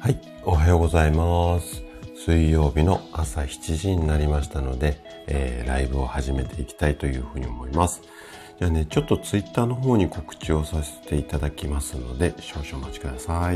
はい、おはようございます。水曜日の朝7時になりましたので、ライブを始めていきたいというふうに思います。じゃあね、ちょっとツイッターの方に告知をさせていただきますので、少々お待ちください。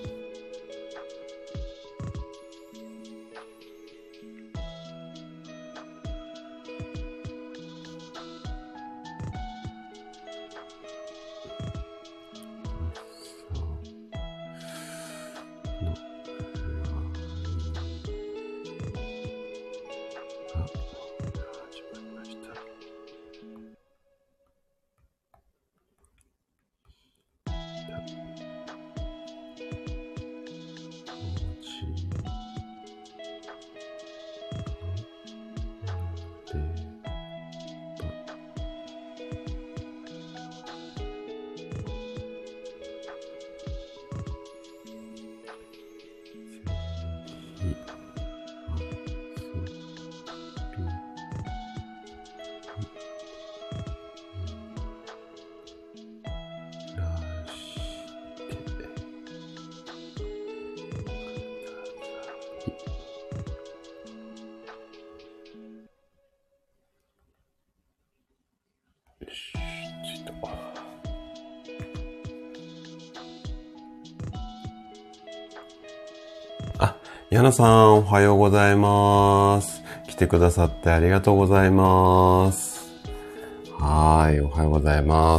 ヤナさん、おはようございます。来てくださってありがとうございます。はい、おはようございます。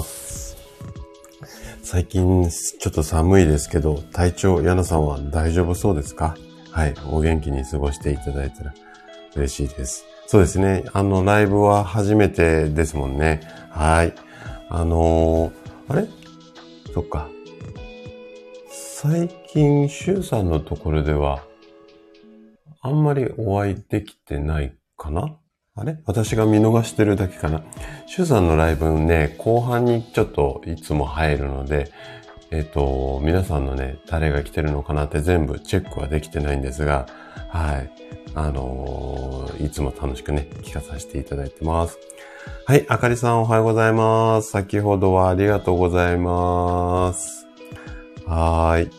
最近ちょっと寒いですけど、体調、ヤナさんは大丈夫そうですか？はい、お元気に過ごしていただいたら嬉しいです。そうですね、ライブは初めてですもんね。はい。あれ？そっか。最近、シュウさんのところでは、あんまりお会いできてないかな？あれ？私が見逃してるだけかな？シュウさんのライブね、後半にちょっといつも入るので、皆さんのね、誰が来てるのかなって全部チェックはできてないんですが、はい。いつも楽しくね、聞かさせていただいてます。はい、あかりさんおはようございます。先ほどはありがとうございます。はーい。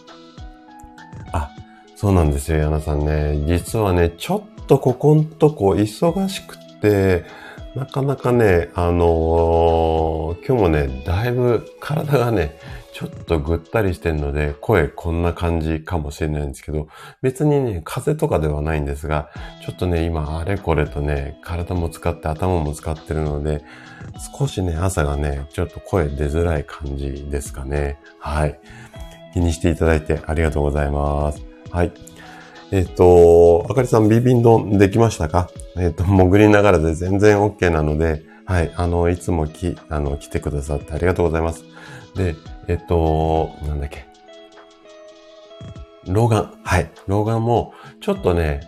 そうなんですよ、ヤナさんね。実はね、ちょっとここんとこ忙しくって、なかなかね、今日もね、だいぶ体がね、ちょっとぐったりしてるので、声こんな感じかもしれないんですけど、別にね、風邪とかではないんですが、ちょっとね、今あれこれとね、体も使って頭も使ってるので、少しね、朝がね、ちょっと声出づらい感じですかね。はい。気にしていただいてありがとうございます。はい。あかりさん、ビビン丼できましたか？潜りながらで全然 OK なので、はい。いつも来てくださってありがとうございます。で、なんだっけ。老眼。はい。老眼も、ちょっとね、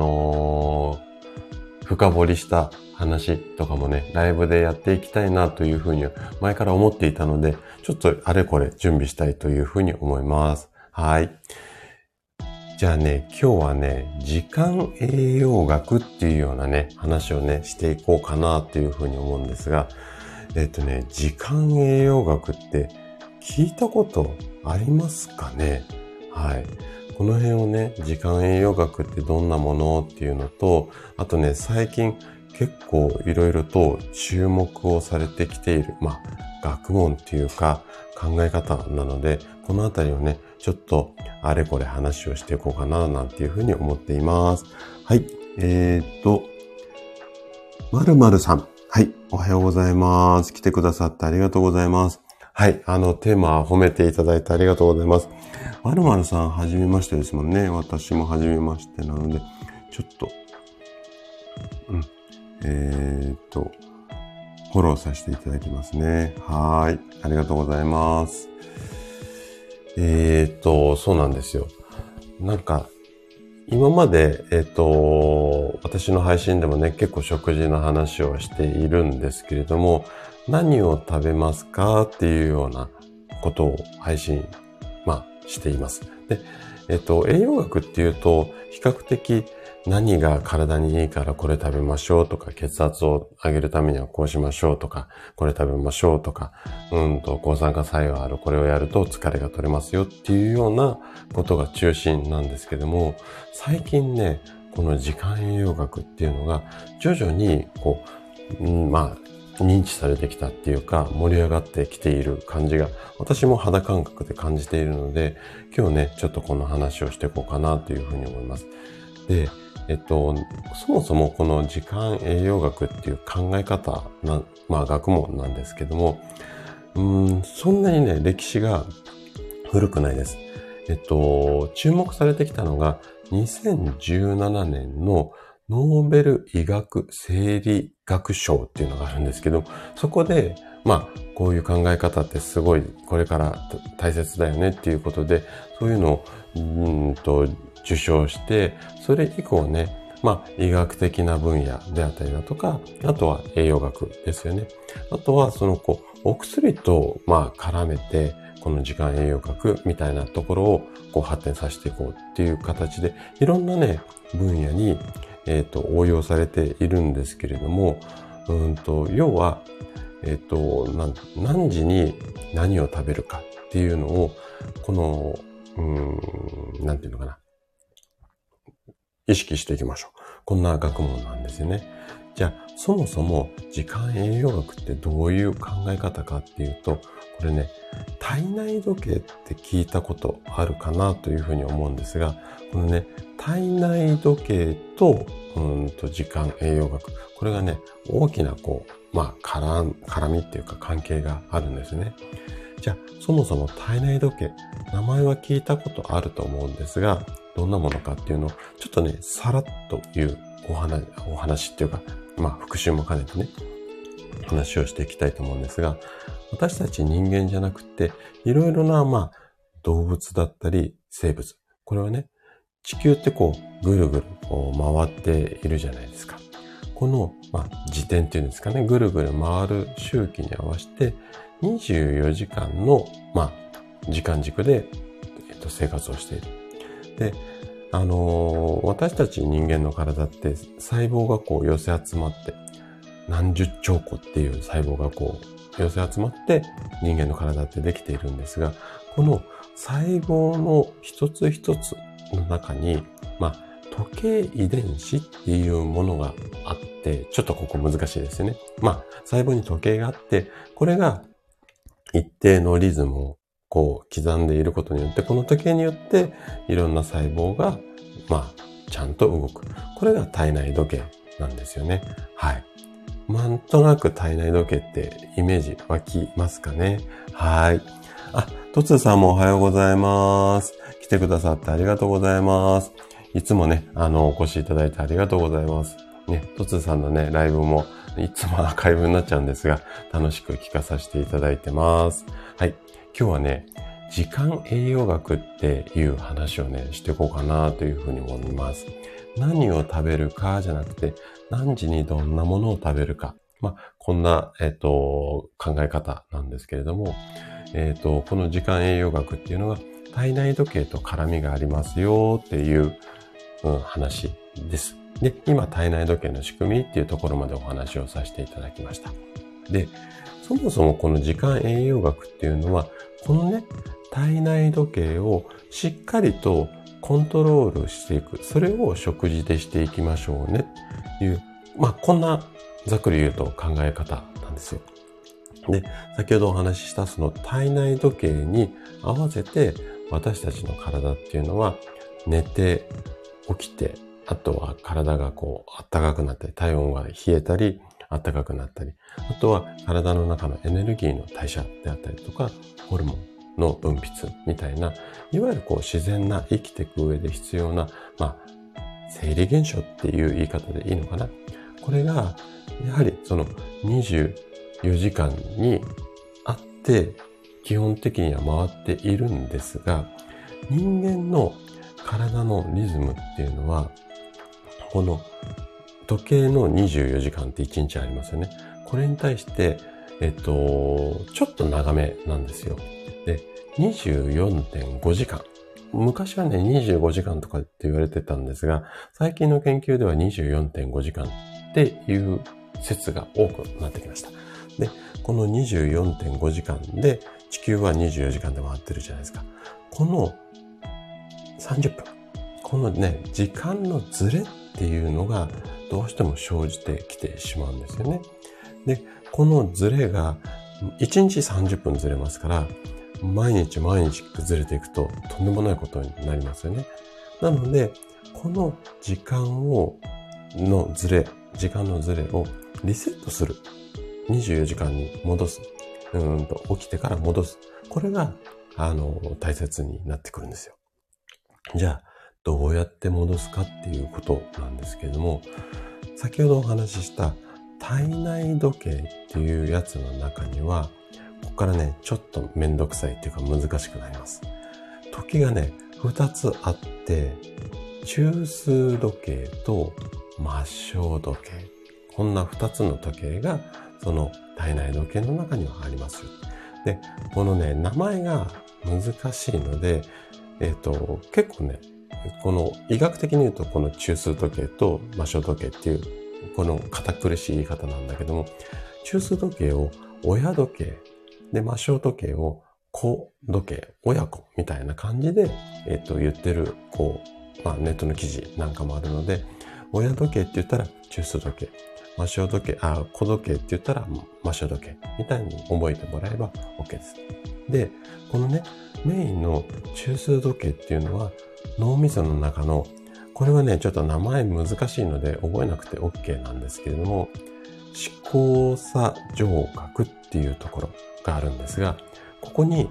深掘りした話とかもね、ライブでやっていきたいなというふうに前から思っていたので、ちょっとあれこれ準備したいというふうに思います。はい。じゃあね、今日はね、時間栄養学っていうようなね、話をね、していこうかなっていうふうに思うんですが、時間栄養学って聞いたことありますかね？はい。この辺をね、時間栄養学ってどんなものっていうのと、あとね、最近結構いろいろと注目をされてきている、学問っていうか考え方なので、このあたりをね、ちょっとあれこれ話をしていこうかななんていうふうに思っています。はい。〇〇さん。はい。おはようございます。来てくださってありがとうございます。はい。テーマ褒めていただいてありがとうございます。〇〇さん、はじめましてですもんね。私もはじめましてなので、ちょっと、フォローさせていただきますね。はい。ありがとうございます。そうなんですよ。なんか、今まで、私の配信でもね、結構食事の話をしているんですけれども、何を食べますかっていうようなことを配信、しています。で、栄養学っていうと、比較的何が体にいいからこれ食べましょうとか、血圧を上げるためにはこうしましょうとか、これ食べましょうとか、抗酸化作用あるこれをやると疲れが取れますよっていうようなことが中心なんですけども、最近ね、この時間栄養学っていうのが徐々に認知されてきたっていうか盛り上がってきている感じが私も肌感覚で感じているので、今日ね、ちょっとこの話をしていこうかなというふうに思います。で、そもそもこの時間栄養学っていう考え方学問なんですけども、そんなにね、歴史が古くないです。注目されてきたのが2017年のノーベル医学生理学賞っていうのがあるんですけど、そこで、こういう考え方ってすごいこれから大切だよねっていうことで、そういうのを受賞して、それ以降ね、医学的な分野であったりだとか、あとは栄養学ですよね。あとはお薬と絡めて、この時間栄養学みたいなところを発展させていこうっていう形で、いろんなね、分野に応用されているんですけれども、要は、何時に何を食べるかっていうのを、意識していきましょう。こんな学問なんですよね。じゃあ、そもそも時間栄養学ってどういう考え方かっていうと、これね、体内時計って聞いたことあるかなというふうに思うんですが、このね、体内時計と、時間栄養学。これがね、大きな絡みっていうか関係があるんですね。じゃあ、そもそも体内時計、名前は聞いたことあると思うんですが、どんなものかっていうのを、ちょっとね、さらっというお話っていうか、復習も兼ねてね、話をしていきたいと思うんですが、私たち人間じゃなくて、いろいろな、動物だったり、生物。これはね、地球ってぐるぐる回っているじゃないですか。この、自転っていうんですかね、ぐるぐる回る周期に合わせて、24時間の、時間軸で、生活をしている。で、私たち人間の体って細胞が寄せ集まって、何十兆個っていう細胞が寄せ集まって人間の体ってできているんですが、この細胞の一つ一つの中に、時計遺伝子っていうものがあって、ちょっとここ難しいですよね。細胞に時計があって、これが一定のリズムを刻んでいることによって、この時計によっていろんな細胞が、ちゃんと動く。これが体内時計なんですよね。はい。なんとなく体内時計ってイメージ湧きますかね。はい。トツーさんもおはようございます。来てくださってありがとうございます。いつもね、お越しいただいてありがとうございます。ね、トツーさんのね、ライブもいつもアーカイブになっちゃうんですが、楽しく聞かさせていただいてます。はい。今日はね、時間栄養学っていう話をね、していこうかなというふうに思います。何を食べるかじゃなくて、何時にどんなものを食べるか。こんな、考え方なんですけれども、この時間栄養学っていうのが体内時計と絡みがありますよっていう、話です。で、今体内時計の仕組みっていうところまでお話をさせていただきました。で、そもそもこの時間栄養学っていうのは、このね、体内時計をしっかりとコントロールしていく。それを食事でしていきましょうねっていう、こんなざっくり言うと考え方なんですよ。で、先ほどお話ししたその体内時計に合わせて私たちの体っていうのは寝て起きて、あとは体が暖かくなったり、体温が冷えたり、暖かくなったり、あとは体の中のエネルギーの代謝であったりとか、ホルモンの分泌みたいな、いわゆる自然な生きていく上で必要な、生理現象っていう言い方でいいのかな。これが、やはりその24時間にあって、基本的には回っているんですが、人間の体のリズムっていうのは、この時計の24時間って1日ありますよね。これに対して、ちょっと長めなんですよ。で、24.5 時間。 昔はね、25時間とかって言われてたんですが、最近の研究では 24.5 時間っていう説が多くなってきました。で、この 24.5 時間で地球は24時間で回ってるじゃないですか。この30分、このね、時間のズレっていうのがどうしても生じてきてしまうんですよね。で、このズレが1日30分ずれますから、毎日ずれていくととんでもないことになりますよね。なので、この時間のズレをリセットする。24時間に戻す。起きてから戻す。これが、大切になってくるんですよ。じゃあ、どうやって戻すかっていうことなんですけれども、先ほどお話しした体内時計っていうやつの中には、ここからね、ちょっとめんどくさいっていうか難しくなります。時がね、2つあって、中枢時計と末梢時計。こんな2つの時計が、その体内時計の中にはあります。で、このね、名前が難しいので、結構ね、この医学的に言うとこの中枢時計と末梢時計っていうこの堅苦しい言い方なんだけども、中枢時計を親時計で末梢時計を子時計、親子みたいな感じで言ってるネットの記事なんかもあるので、親時計って言ったら中枢時計、末梢時計、子時計って言ったら末梢時計みたいに覚えてもらえば OK です。で、このね、メインの中枢時計っていうのは脳みその中の、これはね、ちょっと名前難しいので覚えなくて OK なんですけれども、視交差上核っていうところがあるんですが、ここに、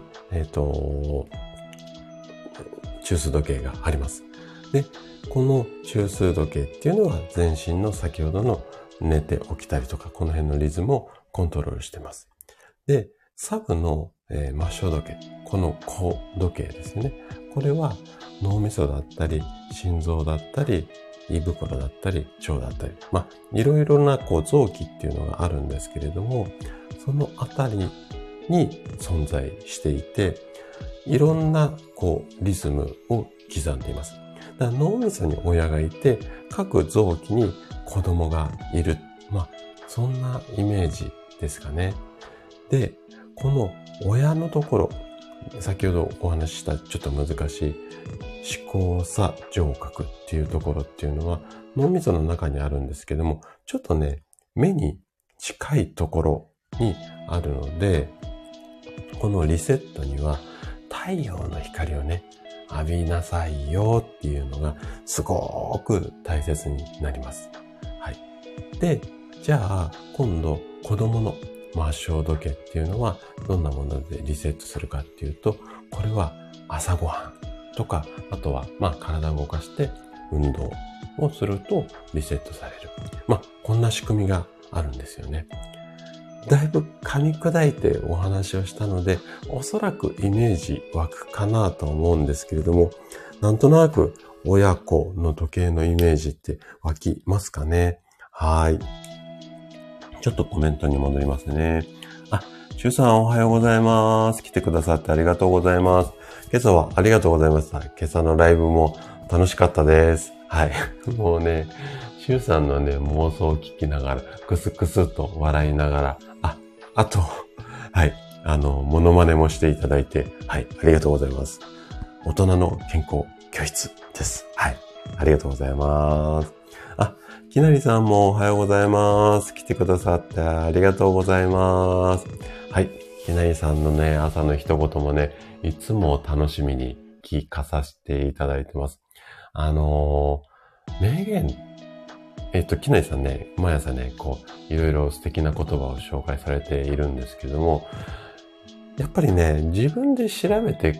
中枢時計があります。で、この中枢時計っていうのは全身の先ほどの寝て起きたりとか、この辺のリズムをコントロールしています。で、サブの、末梢時計、この子時計ですね。これは脳みそだったり、心臓だったり、胃袋だったり、腸だったり、いろいろな臓器っていうのがあるんですけれども、そのあたりに存在していて、いろんなリズムを刻んでいます。だから脳みそに親がいて、各臓器に子供がいる。そんなイメージですかね。で、この親のところ、先ほどお話ししたちょっと難しい視交差上核っていうところっていうのは脳みその中にあるんですけども、ちょっとね、目に近いところにあるので、このリセットには太陽の光をね、浴びなさいよっていうのがすごく大切になります。はい。で、じゃあ今度子供の末梢時計っていうのはどんなものでリセットするかっていうと、これは朝ごはんとか、あとは体を動かして運動をするとリセットされる。こんな仕組みがあるんですよね。だいぶ噛み砕いてお話をしたので、おそらくイメージ湧くかなと思うんですけれども、なんとなく親子の時計のイメージって湧きますかね。はい。ちょっとコメントに戻りますね。シュウさんおはようございます。来てくださってありがとうございます。今朝はありがとうございました。今朝のライブも楽しかったです。はい。もうね、シュウさんのね、妄想を聞きながら、クスクスと笑いながら、あと、はい、モノマネもしていただいて、はい、ありがとうございます。大人の健康教室です。はい、ありがとうございます。きなりさんもおはようございます。来てくださってありがとうございます。はい。きなりさんのね、朝の一言もね、いつも楽しみに聞かさせていただいてます。名言、きなりさんね、毎朝ね、いろいろ素敵な言葉を紹介されているんですけども、やっぱりね、自分で調べて、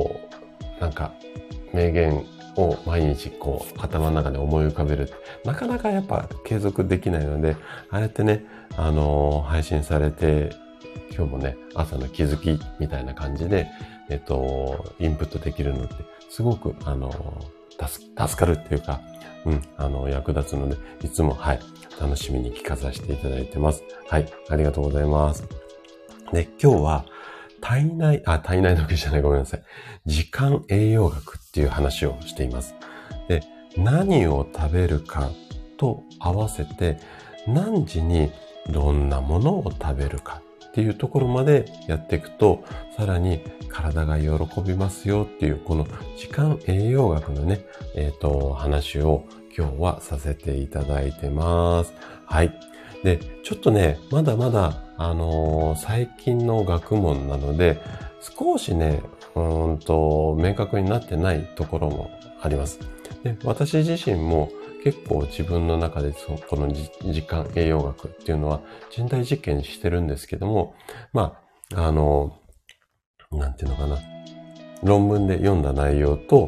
名言を毎日頭の中で思い浮かべる。なかなかやっぱ継続できないので、ああやってね、配信されて、今日もね、朝の気づきみたいな感じで、インプットできるのって、すごく、助かるっていうか、役立つので、いつも、はい、楽しみに聞かさせていただいてます。はい、ありがとうございます。で、今日は、 体内時計じゃない、ごめんなさい。時間栄養学っていう話をしています。で、何を食べるかと合わせて、何時にどんなものを食べるかっていうところまでやっていくと、さらに体が喜びますよっていう、この時間栄養学のね、話を今日はさせていただいてます。はい。で、ちょっとね、まだまだ、最近の学問なので、少しね、明確になってないところもあります。で、私自身も結構自分の中でこの時間栄養学っていうのは人体実験してるんですけども、まあ、なんていうのかな。論文で読んだ内容と、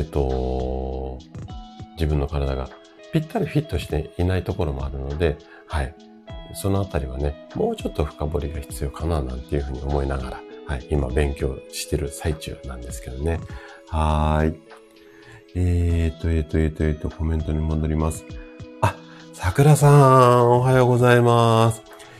自分の体がぴったりフィットしていないところもあるので、はい。そのあたりはね、もうちょっと深掘りが必要かななんていうふうに思いながら、はい。今勉強してる最中なんですけどね。はーい。コメントに戻ります。あ、桜さん、おはようございます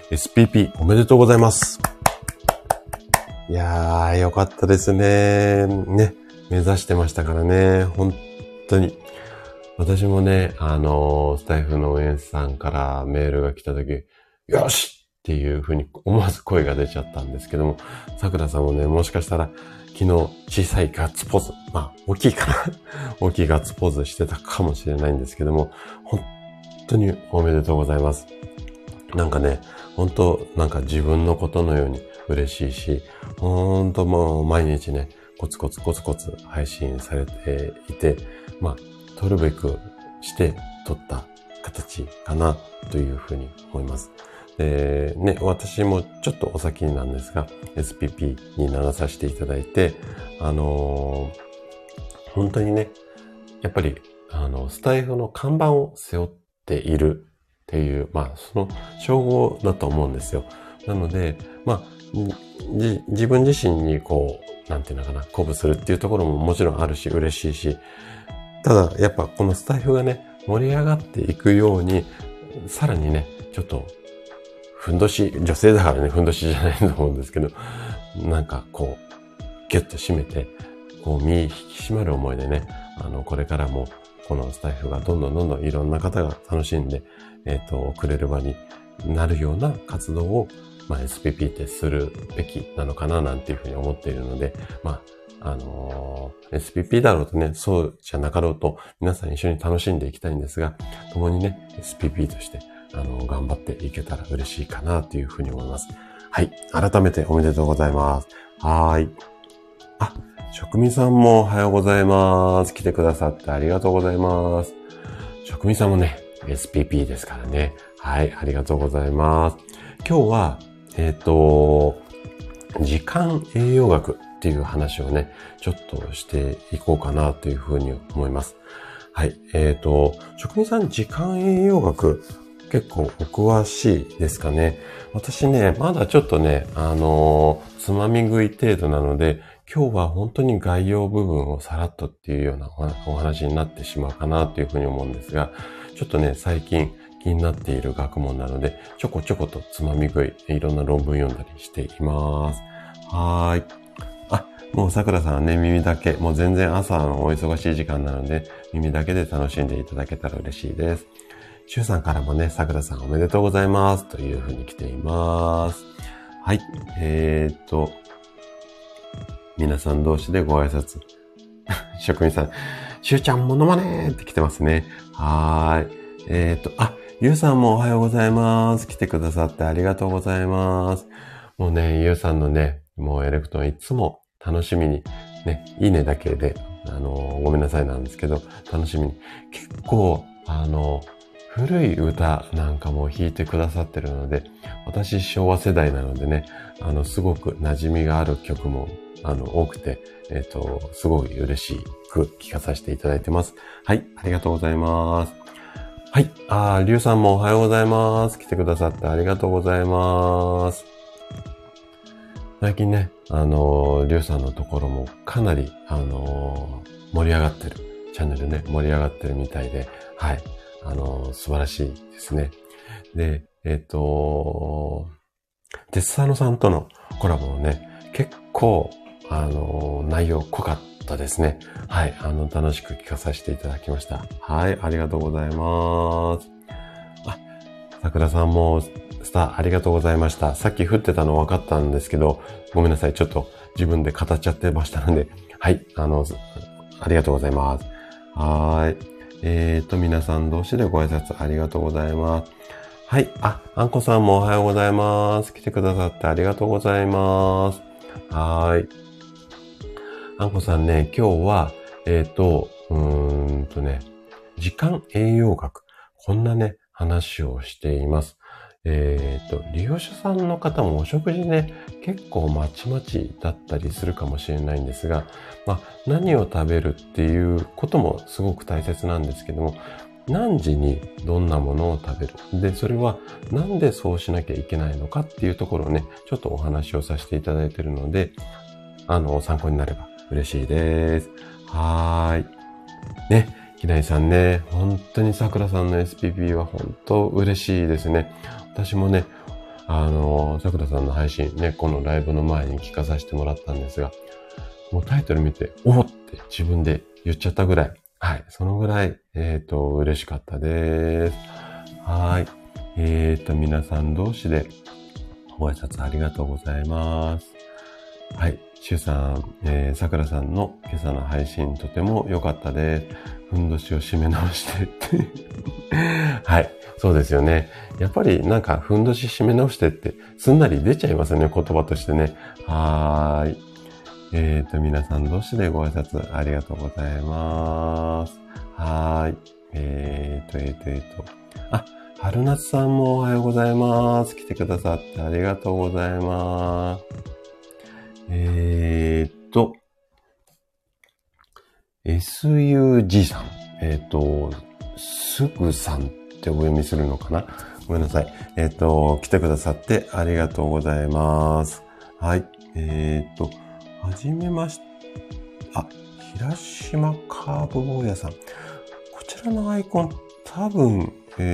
。SPP おめでとうございます。いやー、よかったですね。ね、目指してましたからね。本当に。私もね、スタイフの運営さんからメールが来たとき、よしっていうふうに思わず声が出ちゃったんですけども、桜さんもね、もしかしたら昨日小さいガッツポーズ、まあ、大きいかな大きいガッツポーズしてたかもしれないんですけども、本当におめでとうございます。なんかね、本当なんか自分のことのように嬉しいし、本当もう毎日ね、コツコツ配信されていて、まあ、取るべくして取った形かなというふうに思います。で、ね、私もちょっとお先になんですが、SPP にならさせていただいて、本当にね、やっぱり、スタイフの看板を背負っているっていう、まあ、その称号だと思うんですよ。なので、まあ、自分自身にこう、なんていうのかな、鼓舞するっていうところももちろんあるし、嬉しいし、ただ、やっぱこのスタイフがね、盛り上がっていくように、さらにね、ちょっと、ふんどし、女性だからね、ふんどしじゃないと思うんですけど、なんかこう、ギュッと締めて、こう、身引き締まる思いでね、これからも、このスタイフがどんどんいろんな方が楽しんで、くれる場になるような活動を、まあ、SPP ってするべきなのかな、なんていうふうに思っているので、まあ、SPP だろうとね、そうじゃなかろうと、皆さん一緒に楽しんでいきたいんですが、共にね、SPP として、頑張っていけたら嬉しいかな、というふうに思います。はい。改めておめでとうございます。はーい。あ、職味さんもおはようございます。来てくださってありがとうございます。職味さんもね、SPP ですからね。はい、ありがとうございます。今日は、時間栄養学っていう話をね、ちょっとしていこうかなというふうに思います。はい、職味さん時間栄養学結構お詳しいですかね。私ね、まだちょっとね、つまみ食い程度なので、今日は本当に概要部分をさらっとっていうようなお話になってしまうかなというふうに思うんですが、ちょっとね、最近気になっている学問なので、ちょこちょことつまみ食い、いろんな論文読んだりしています。はーい。あ、もう桜さんはね、耳だけ、もう全然朝のお忙しい時間なので、耳だけで楽しんでいただけたら嬉しいです。シュウさんからもね、桜さんおめでとうございますというふうに来ています。はい。皆さん同士でご挨拶。職人さん、シュウちゃんものまねって来てますね。はーい。ゆうさんもおはようございます。来てくださってありがとうございます。もうね、ゆうさんのね、もうエレクトーンいつも楽しみに、ね、いいねだけで、ごめんなさいなんですけど、楽しみに。結構、古い歌なんかも弾いてくださってるので、私昭和世代なのでね、すごく馴染みがある曲も、多くて、すごい嬉しく聴かさせていただいてます。はい、ありがとうございます。はい、りゅうさんもおはようございます。来てくださってありがとうございます。最近ね、りゅうさんのところもかなり、盛り上がってる、チャンネルね、盛り上がってるみたいで、はい、素晴らしいですね。で、テッサーノさんとのコラボもね、結構、内容濃かったですね。はい。楽しく聞かさせていただきました。はい。ありがとうございます。桜さんも、ありがとうございました。さっき降ってたの分かったんですけど、ごめんなさい。ちょっと自分で語っちゃってましたので、はい。ありがとうございます。はい。皆さん同士でご挨拶ありがとうございます。はい。あんこさんもおはようございます。来てくださってありがとうございます。はい。あんこさんね、今日は、時間栄養学。こんなね、話をしています。利用者さんの方もお食事ね、結構まちまちだったりするかもしれないんですが、何を食べるっていうこともすごく大切なんですけども、何時にどんなものを食べる。で、それはなんでそうしなきゃいけないのかっていうところをね、ちょっとお話をさせていただいているので、参考になれば嬉しいです。はーい。ね、きなりさんね、本当にさくらさんの SPP は本当嬉しいですね。私もね、さくらさんの配信ね、このライブの前に聞かさせてもらったんですが、もうタイトル見て、おーって自分で言っちゃったぐらい、はい、そのぐらい、嬉しかったです。はい。皆さん同士でご挨拶ありがとうございます。はい。しゅうさん、さくらさんの今朝の配信とても良かったです。ふんどしを締め直してってはい。そうですよね。やっぱりなんかふんどし締め直してってすんなり出ちゃいますよね。言葉としてね。はーい。皆さん同士でご挨拶ありがとうございます。はーい。春夏さんもおはようございます。来てくださってありがとうございます。SUG さん。すぐさんってお読みするのかな？ごめんなさい。来てくださってありがとうございます。はい。はじめまして。平島カーブ坊やさん。こちらのアイコン、多分、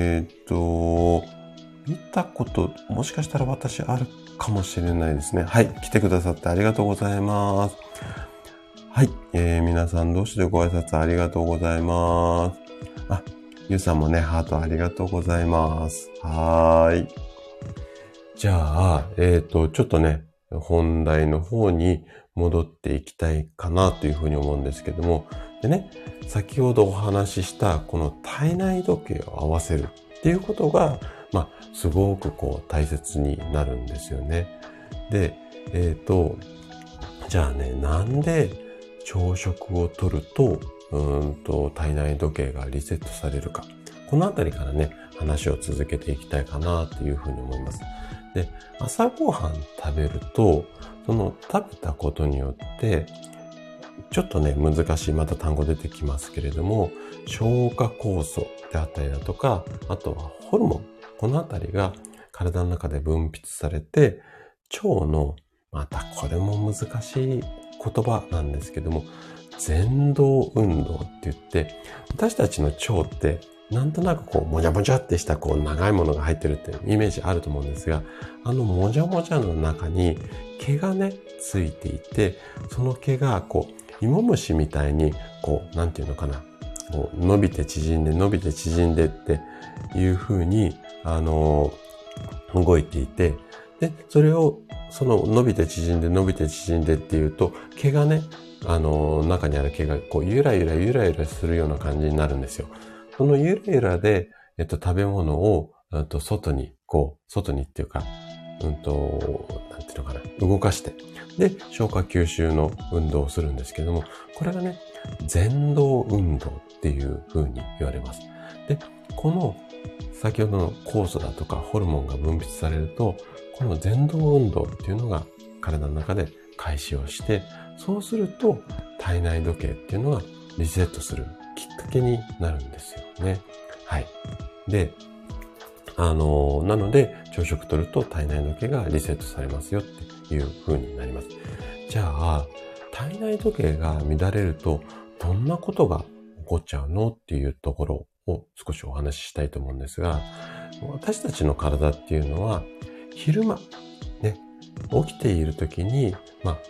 見たこと、もしかしたら私あるかもしれないですね。はい。来てくださってありがとうございます。はい。皆さん同士でご挨拶ありがとうございます。ゆうさんもね、ハートありがとうございます。はーい。じゃあ、ちょっとね、本題の方に戻っていきたいかなというふうに思うんですけども、でね、先ほどお話ししたこの体内時計を合わせるっていうことが、すごく大切になるんですよね。で、じゃあね、なんで朝食をとると、体内時計がリセットされるか。このあたりからね、話を続けていきたいかなというふうに思います。で、朝ごはん食べると、その食べたことによって、ちょっとね、難しいまた単語出てきますけれども、消化酵素であったりだとか、あとはホルモン。このあたりが体の中で分泌されて、腸の、またこれも難しい言葉なんですけども、蠕動運動って言って、私たちの腸ってなんとなくもじゃもじゃってした長いものが入ってるっていうイメージあると思うんですが、もじゃもじゃの中に毛がね、ついていて、その毛が芋虫みたいになんていうのかな、伸びて縮んで伸びて縮んでっていう風に、動いていて、で、それをその伸びて縮んで伸びて縮んでっていうと、毛がね、中にある毛がゆらゆらゆらゆらするような感じになるんですよ。そのゆらゆらで、食べ物を、外にっていうか、なんていうのかな、動かして、で、消化吸収の運動をするんですけども、これがね、蠕動運動っていう風に言われます。で、この、先ほどの酵素だとかホルモンが分泌されると、この蠕動運動っていうのが体の中で開始をして、そうすると体内時計っていうのがリセットするきっかけになるんですよね。はい。で、なので朝食取ると体内時計がリセットされますよっていう風になります。じゃあ、体内時計が乱れるとどんなことが起こっちゃうのっていうところを少しお話ししたいと思うんですが、私たちの体っていうのは昼間、ね、起きている時に、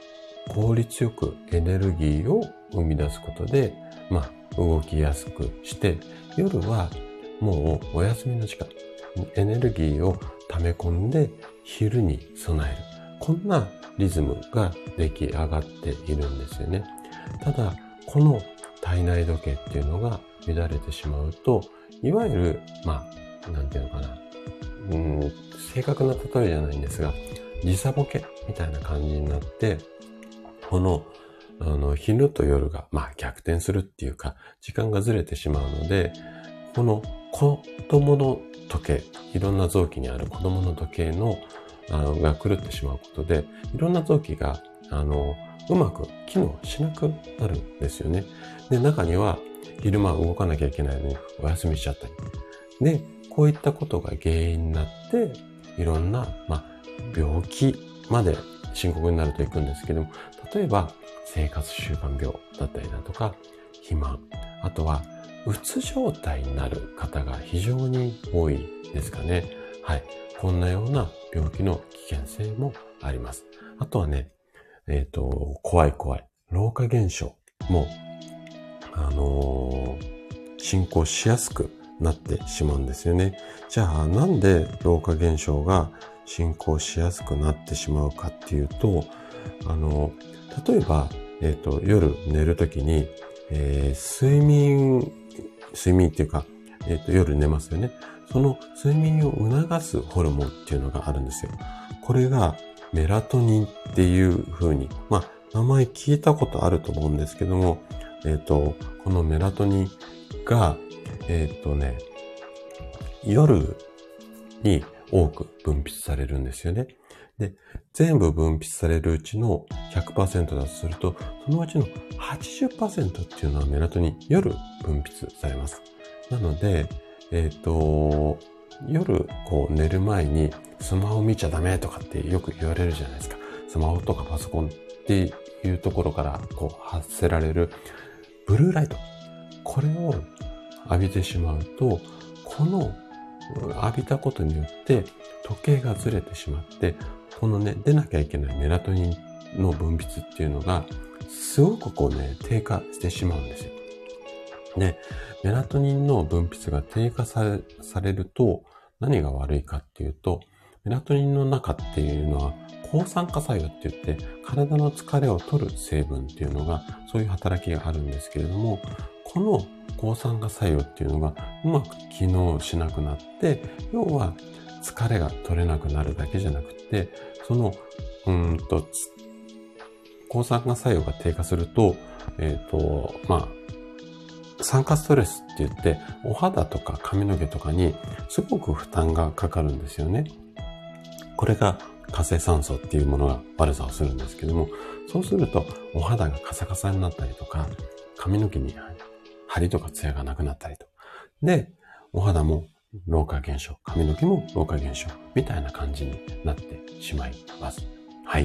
効率よくエネルギーを生み出すことで、動きやすくして、夜はもうお休みの時間、エネルギーを溜め込んで昼に備える。こんなリズムが出来上がっているんですよね。ただ、この体内時計っていうのが乱れてしまうと、いわゆる、なんていうのかな。正確な例えじゃないんですが、時差ボケみたいな感じになって、この、昼と夜が、逆転するっていうか、時間がずれてしまうので、この子供の時計、いろんな臓器にある子供の時計の、が狂ってしまうことで、いろんな臓器が、うまく機能しなくなるんですよね。で、中には、昼間動かなきゃいけないのにお休みしちゃったり。で、こういったことが原因になって、いろんな、病気まで深刻になるといくんですけども、例えば、生活習慣病だったりだとか、肥満、あとは、うつ状態になる方が非常に多いですかね。はい。こんなような病気の危険性もあります。あとはね、怖い。老化現象も、進行しやすくなってしまうんですよね。じゃあ、なんで老化現象が進行しやすくなってしまうかっていうと、例えば、夜寝るときに、睡眠っていうか、夜寝ますよね。その睡眠を促すホルモンっていうのがあるんですよ。これがメラトニンっていう風に、名前聞いたことあると思うんですけども、このメラトニンが、夜に多く分泌されるんですよね。で、全部分泌されるうちの 100% だとすると、そのうちの 80% っていうのはメラトニン、夜分泌されます。なので、夜寝る前にスマホ見ちゃダメとかってよく言われるじゃないですか。スマホとかパソコンっていうところから発せられるブルーライト。これを浴びてしまうと、この浴びたことによって時計がずれてしまって、このね、出なきゃいけないメラトニンの分泌っていうのが、すごく低下してしまうんですよ。で、メラトニンの分泌が低下されると、何が悪いかっていうと、メラトニンの中っていうのは、抗酸化作用って言って、体の疲れを取る成分っていうのが、そういう働きがあるんですけれども、この抗酸化作用っていうのがうまく機能しなくなって、要は疲れが取れなくなるだけじゃなくて、その、抗酸化作用が低下すると、酸化ストレスって言って、お肌とか髪の毛とかにすごく負担がかかるんですよね。これが活性酸素っていうものが悪さをするんですけども、そうするとお肌がカサカサになったりとか、髪の毛に張りとかツヤがなくなったりと。で、お肌も老化現象、髪の毛も老化現象みたいな感じになってしまいます。はい。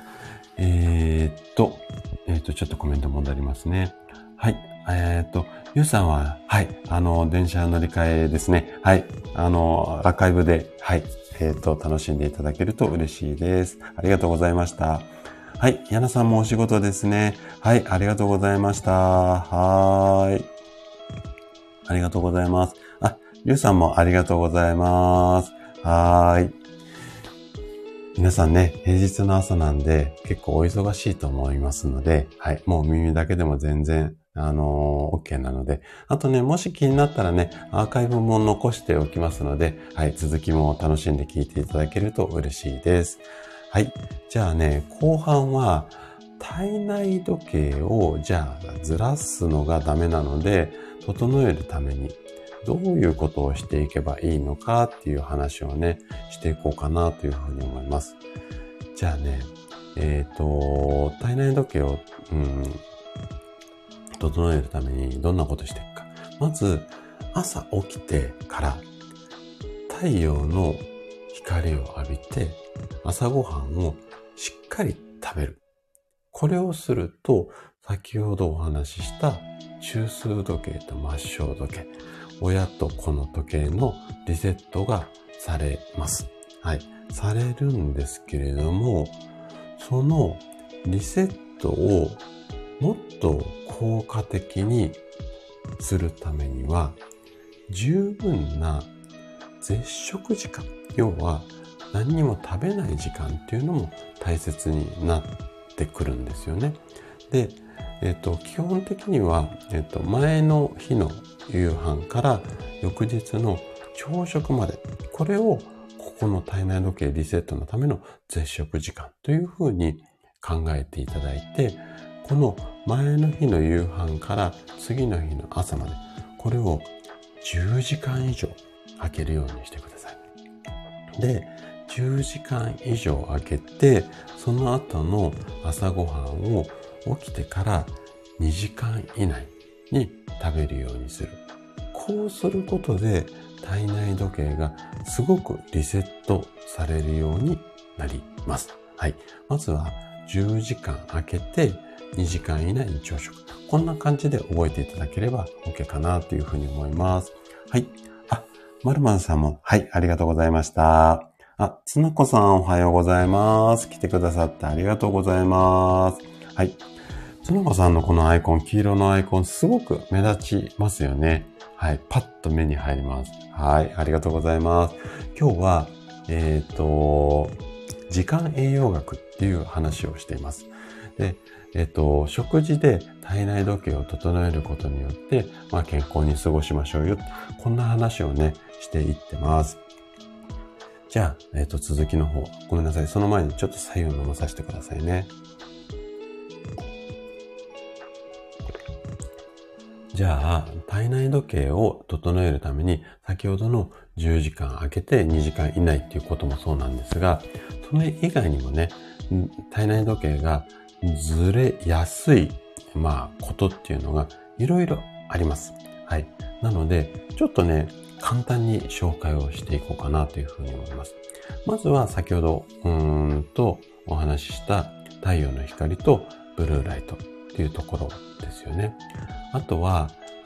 ちょっとコメント戻りますね。はい。ゆうさんは、はい、電車乗り換えですね。はい。アーカイブで、はい、楽しんでいただけると嬉しいです。ありがとうございました。はい。ヤナさんもお仕事ですね。はい。ありがとうございました。はーい。ありがとうございます。ゆうさんもありがとうございます。はーい。皆さんね、平日の朝なんで結構お忙しいと思いますので、はい。もう耳だけでも全然、OK なので、あとね、もし気になったらね、アーカイブも残しておきますので、はい。続きも楽しんで聞いていただけると嬉しいです。はい。じゃあね、後半は、体内時計を、じゃあ、ずらすのがダメなので、整えるために、どういうことをしていけばいいのかっていう話をね、していこうかなというふうに思います。じゃあね、体内時計を、整えるためにどんなことしていくか。まず、朝起きてから太陽の光を浴びて朝ごはんをしっかり食べる。これをすると、先ほどお話しした中枢時計と末梢時計、親と子の時計のリセットがされます。はい。されるんですけれども、そのリセットをもっと効果的にするためには、十分な絶食時間、要は何にも食べない時間っていうのも大切になってくるんですよね。で、基本的には、前の日の夕飯から翌日の朝食まで、これをここの体内時計リセットのための絶食時間というふうに考えていただいて、この前の日の夕飯から次の日の朝まで、これを10時間以上空けるようにしてください。で、10時間以上空けて、その後の朝ごはんを起きてから2時間以内に食べるようにする。こうすることで体内時計がすごくリセットされるようになります。はい。まずは10時間空けて2時間以内に朝食。こんな感じで覚えていただければ OK かなというふうに思います。はい。まるまるさんも、はい、ありがとうございました。つなこさんおはようございます。来てくださってありがとうございます。はい。つなこさんのこのアイコン、黄色のアイコン、すごく目立ちますよね。はい。パッと目に入ります。はい。ありがとうございます。今日は、時間栄養学っていう話をしています。で、食事で体内時計を整えることによって、健康に過ごしましょうよ。こんな話をね、していってます。じゃあ、続きの方。ごめんなさい。その前にちょっと左右飲まさせてくださいね。じゃあ、体内時計を整えるために、先ほどの10時間空けて2時間以内っていうこともそうなんですが、それ以外にもね、体内時計がずれやすい、ことっていうのがいろいろあります。はい。なので、ちょっとね、簡単に紹介をしていこうかなというふうに思います。まずは先ほど、お話しした太陽の光とブルーライトっていうところですよね。あとは、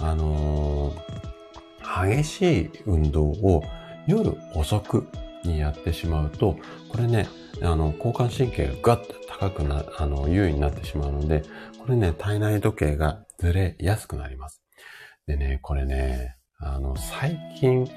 激しい運動を夜遅くにやってしまうと、これね、交感神経がガッと高く優位になってしまうので、これね、体内時計がずれやすくなります。でね、これね、最近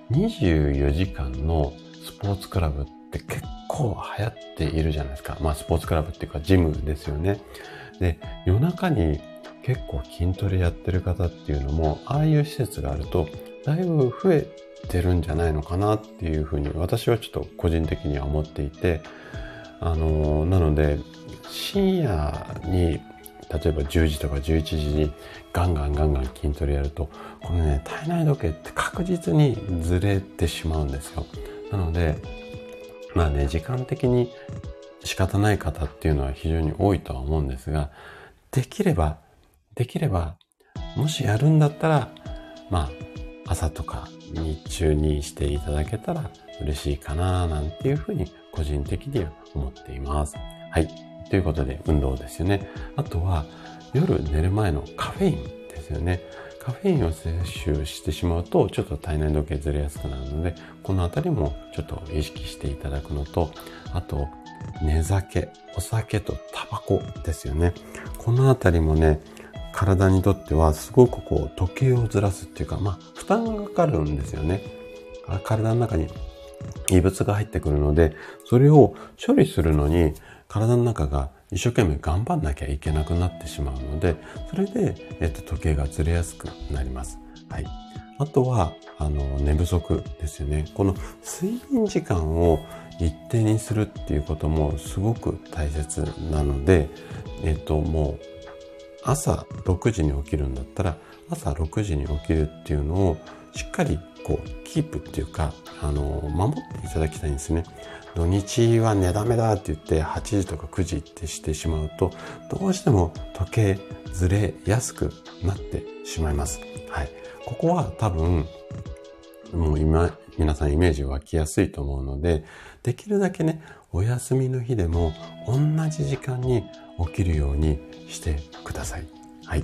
24時間のスポーツクラブって結構流行っているじゃないですか。スポーツクラブっていうかジムですよね。で、夜中に結構筋トレやってる方っていうのも、ああいう施設があると、だいぶ増えてるんじゃないのかなっていうふうに、私はちょっと個人的には思っていて、なので、深夜に、例えば10時とか11時にガンガン筋トレやると、このね、体内時計って確実にずれてしまうんですよ。なので、時間的に仕方ない方っていうのは非常に多いとは思うんですが、できれば、もしやるんだったら、朝とか日中にしていただけたら嬉しいかななんていうふうに個人的には思っています。はい。ということで運動ですよね。あとは夜寝る前のカフェインですよね。カフェインを摂取してしまうとちょっと体内時計ずれやすくなるので、このあたりもちょっと意識していただくのと、あと寝酒、お酒とタバコですよね。このあたりもね、体にとってはすごく時計をずらすっていうか、負担がかかるんですよね。体の中に異物が入ってくるので、それを処理するのに体の中が一生懸命頑張んなきゃいけなくなってしまうので、それで、時計がずれやすくなります。はい。あとは、寝不足ですよね。この睡眠時間を一定にするっていうこともすごく大切なので、もう朝6時に起きるんだったら、朝6時に起きるっていうのをしっかりキープっていうか、守っていただきたいんですね。土日は寝だめだって言って8時とか9時ってしてしまうと、どうしても時計ずれやすくなってしまいます。はい。ここは多分、もう今、皆さんイメージ湧きやすいと思うので、できるだけね、お休みの日でも同じ時間に起きるようにしてください。はい。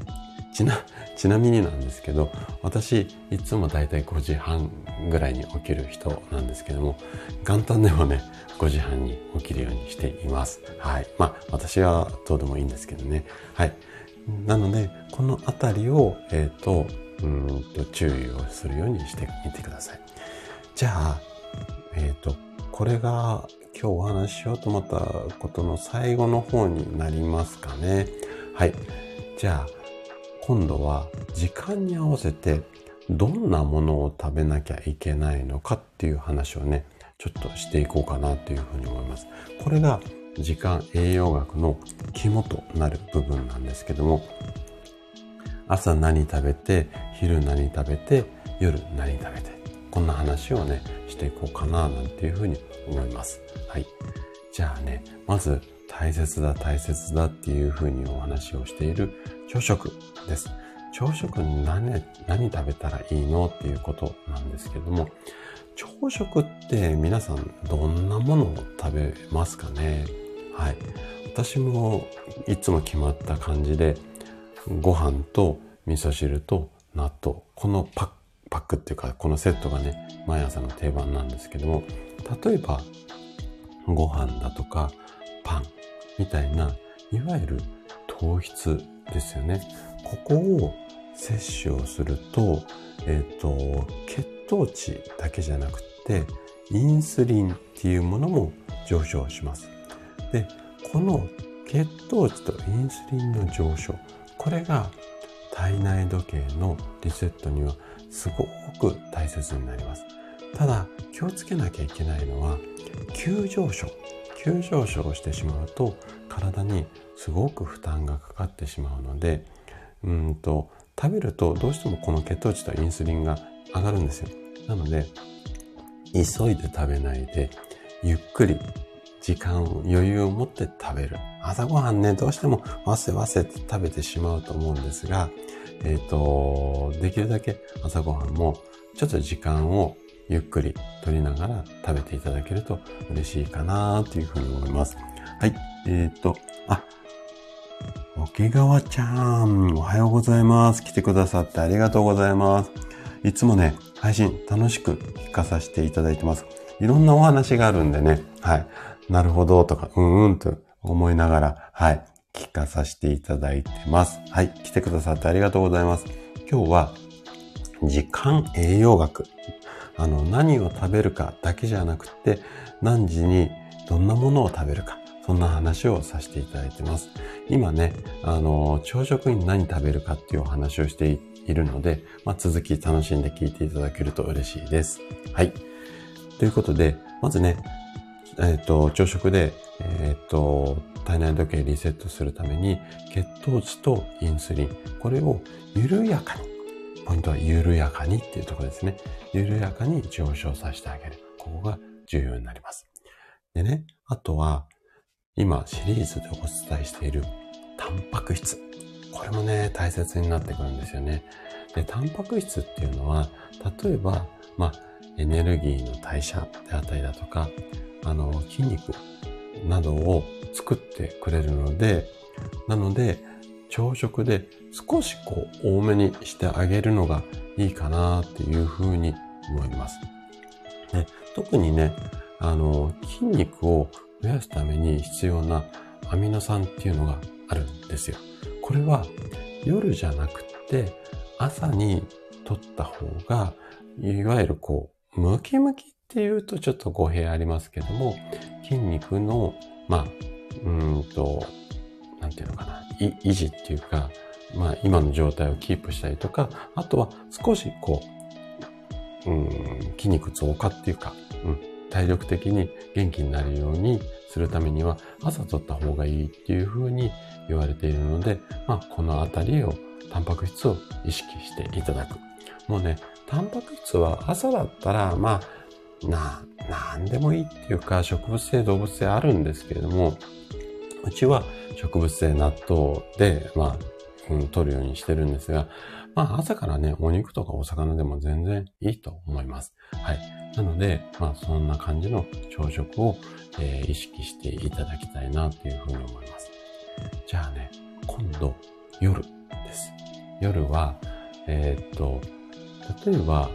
ちなみになんですけど、私、いつもだいたい5時半ぐらいに起きる人なんですけども、元旦でもね、5時半に起きるようにしています。はい。私はどうでもいいんですけどね。はい。なので、このあたりを、注意をするようにしてみてください。じゃあ、これが今日お話ししようと思ったことの最後の方になりますかね。はい。じゃあ、今度は時間に合わせてどんなものを食べなきゃいけないのかっていう話をね、ちょっとしていこうかなというふうに思います。これが時間栄養学の肝となる部分なんですけども、朝何食べて、昼何食べて、夜何食べて、こんな話をね、していこうかななんていうふうに思います。はい。じゃあね、まず大切だっていうふうにお話をしている朝食です。朝食に何食べたらいいのっていうことなんですけども、朝食って皆さんどんなものを食べますかね？はい。私もいつも決まった感じで、ご飯と味噌汁と納豆、このパックっていうか、このセットがね、毎朝の定番なんですけども、例えばご飯だとかパンみたいな、いわゆる糖質ですよね。ここを摂取をすると、血糖値だけじゃなくて、インスリンっていうものも上昇します。で、この血糖値とインスリンの上昇、これが体内時計のリセットにはすごく大切になります。ただ、気をつけなきゃいけないのは、急上昇をしてしまうと体にすごく負担がかかってしまうので、食べるとどうしてもこの血糖値とインスリンが上がるんですよ。なので、急いで食べないで、ゆっくり余裕を持って食べる。朝ごはんね、どうしてもわせって食べてしまうと思うんですが、できるだけ朝ごはんもちょっと時間をゆっくり取りながら食べていただけると嬉しいかなというふうに思います。はい。桶川ちゃん、おはようございます。来てくださってありがとうございます。いつもね、配信楽しく聞かさせていただいてます。いろんなお話があるんでね、はい。なるほどとか、と思いながら、はい。聞かさせていただいてます。はい。来てくださってありがとうございます。今日は、時間栄養学。何を食べるかだけじゃなくて、何時にどんなものを食べるか。そんな話をさせていただいてます。今ね、朝食に何食べるかっていうお話をしているので、続き楽しんで聞いていただけると嬉しいです。はい。ということで、まずね、朝食で、体内時計リセットするために、血糖値とインスリン、これを緩やかに、ポイントは緩やかにっていうところですね。緩やかに上昇させてあげる。ここが重要になります。でね、あとは、今シリーズでお伝えしているタンパク質。これもね、大切になってくるんですよね。で、タンパク質っていうのは、例えば、エネルギーの代謝であったりだとか、筋肉などを作ってくれるので、なので、朝食で少し多めにしてあげるのがいいかなっていうふうに思います。で、特にね、筋肉を増やすために必要なアミノ酸っていうのがあるんですよ。これは夜じゃなくて朝に取った方が、いわゆるムキムキっていうとちょっと語弊ありますけども、筋肉の、なんていうのかな、維持っていうか、今の状態をキープしたりとか、あとは少し筋肉増加っていうか、体力的に元気になるようにするためには朝取った方がいいっていう風に言われているので、このあたりをタンパク質を意識していただく。もうね、タンパク質は朝だったらなんでもいいっていうか、植物性動物性あるんですけれども、うちは植物性納豆で取るようにしてるんですが、朝からね、お肉とかお魚でも全然いいと思います。はい。なので、そんな感じの朝食を、意識していただきたいなというふうに思います。じゃあね、今度、夜です。 夜は、例えば、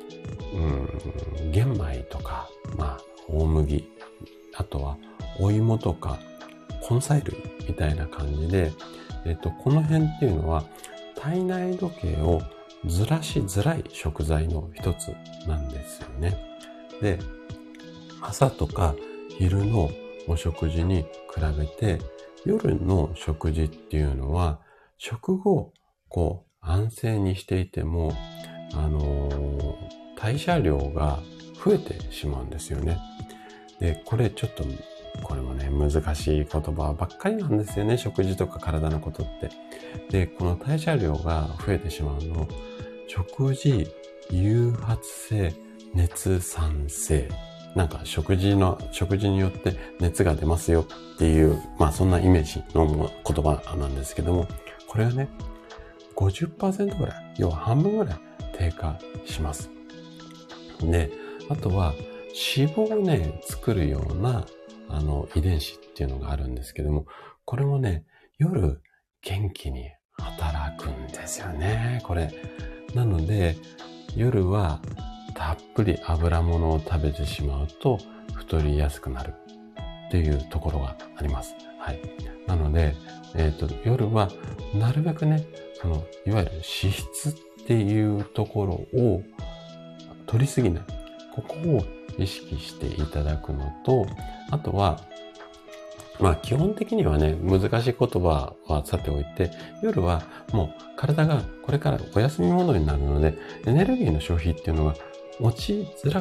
玄米とか、大麦、あとはお芋とか根菜類みたいな感じで、この辺っていうのは体内時計をずらしづらい食材の一つなんですよね。で、朝とか昼のお食事に比べて夜の食事っていうのは食後安静にしていても代謝量が増えてしまうんですよね。で、これもね、難しい言葉ばっかりなんですよね。食事とか体のことって。で、この代謝量が増えてしまうの、食事、誘発性、熱産性。なんか食事によって熱が出ますよっていう、そんなイメージの言葉なんですけども、これはね、50% ぐらい、要は半分ぐらい低下します。で、あとは脂肪をね、作るような遺伝子っていうのがあるんですけども、これもね、夜元気に働くんですよね、これ。なので、夜はたっぷり油物を食べてしまうと太りやすくなるっていうところがあります。はい。なので、夜はなるべくね、いわゆる脂質っていうところを取りすぎない。ここを意識していただくのと、あとは、基本的にはね、難しい言葉はさておいて、夜はもう体がこれからお休みモードになるので、エネルギーの消費っていうのが落ち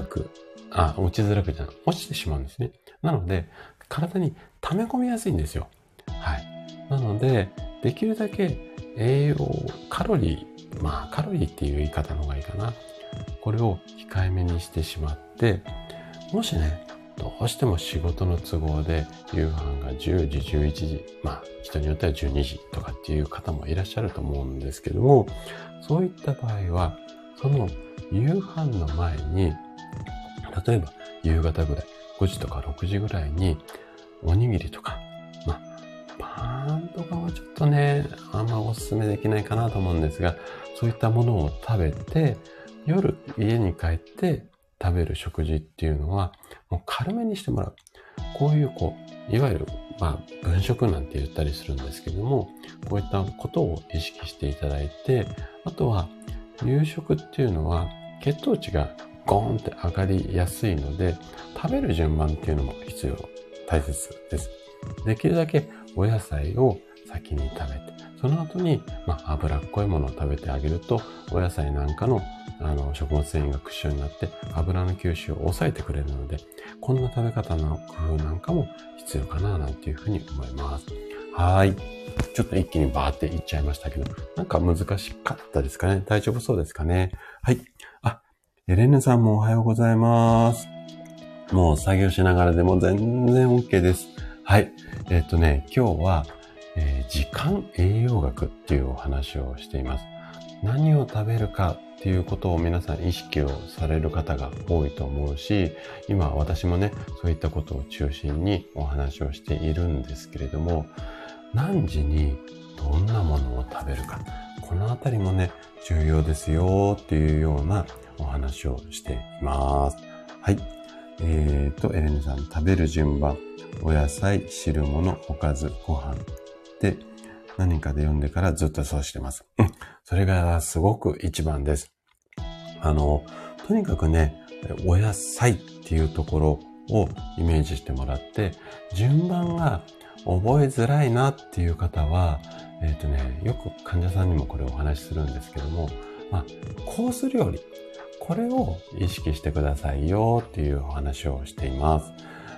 てしまうんですね。なので、体に溜め込みやすいんですよ。はい。なので、できるだけ栄養、カロリーっていう言い方の方がいいかな。これを控えめにしてしまって、もしね、どうしても仕事の都合で夕飯が10時、11時、人によっては12時とかっていう方もいらっしゃると思うんですけども、そういった場合は、その夕飯の前に、例えば夕方ぐらい、5時とか6時ぐらいに、おにぎりとか、パンとかはちょっとね、あんまおすすめできないかなと思うんですが、そういったものを食べて、夜家に帰って食べる食事っていうのは、もう軽めにしてもらう。こういういわゆる、分食なんて言ったりするんですけども、こういったことを意識していただいて、あとは、夕食っていうのは、血糖値がゴーンって上がりやすいので、食べる順番っていうのも大切です。できるだけお野菜を先に食べて、その後に、脂っこいものを食べてあげると、お野菜なんかの食物繊維がクッションになって油の吸収を抑えてくれるので、こんな食べ方の工夫なんかも必要かななんていうふうに思います。はい。ちょっと一気にバーっていっちゃいましたけど、なんか難しかったですかね。大丈夫そうですかね。はい。エレンヌさんもおはようございます。もう作業しながらでも全然 OK です。はい。今日は、時間栄養学っていうお話をしています。何を食べるかっていうことを皆さん意識をされる方が多いと思うし、今私もね、そういったことを中心にお話をしているんですけれども、何時にどんなものを食べるか、このあたりもね、重要ですよっていうようなお話をしています。はい。エレンさん、食べる順番、お野菜、汁物、おかず、ご飯で、何かで読んでからずっとそうしてます。それがすごく一番です。とにかくね、お野菜っていうところをイメージしてもらって、順番が覚えづらいなっていう方は、よく患者さんにもこれをお話しするんですけども、コース料理、これを意識してくださいよっていうお話をしています。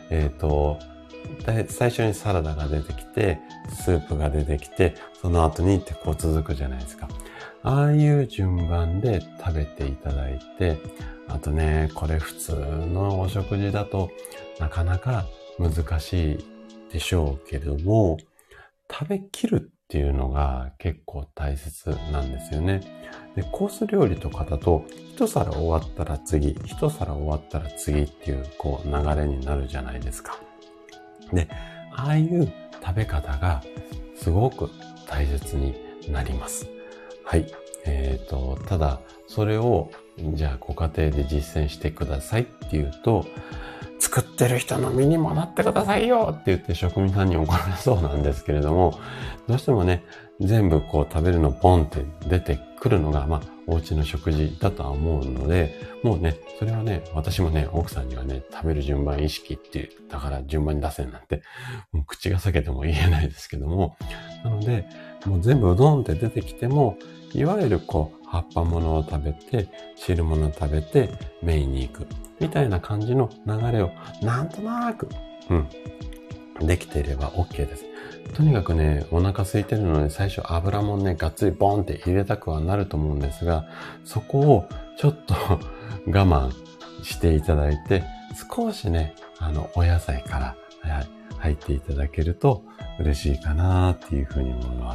最初にサラダが出てきて、スープが出てきて、その後にって続くじゃないですか。ああいう順番で食べていただいて、あとね、これ普通のお食事だとなかなか難しいでしょうけども、食べきるっていうのが結構大切なんですよね。で、コース料理とかだと、一皿終わったら次、一皿終わったら次っていう流れになるじゃないですか。で、ああいう食べ方がすごく大切になります。 はい。ただ、それを、じゃあご家庭で実践してくださいっていうと、作ってる人の身にもなってくださいよって言って職人さんに怒られそうなんですけれども、どうしてもね、全部こう食べるのポンって出てくるのが、お家の食事だとは思うので、もうね、それはね、私もね、奥さんにはね、食べる順番意識っていう、だから順番に出せなんて、もう口が裂けても言えないですけども、なので、もう全部うどんって出てきても、いわゆるこう、葉っぱものを食べて、汁物を食べて、メインに行く。みたいな感じの流れを、なんとなく、できていれば OK です。とにかくね、お腹空いてるので最初油もね、がっつりボンって入れたくはなると思うんですが、そこをちょっと我慢していただいて、少しね、お野菜から入っていただけると嬉しいかなっていうふうに思います。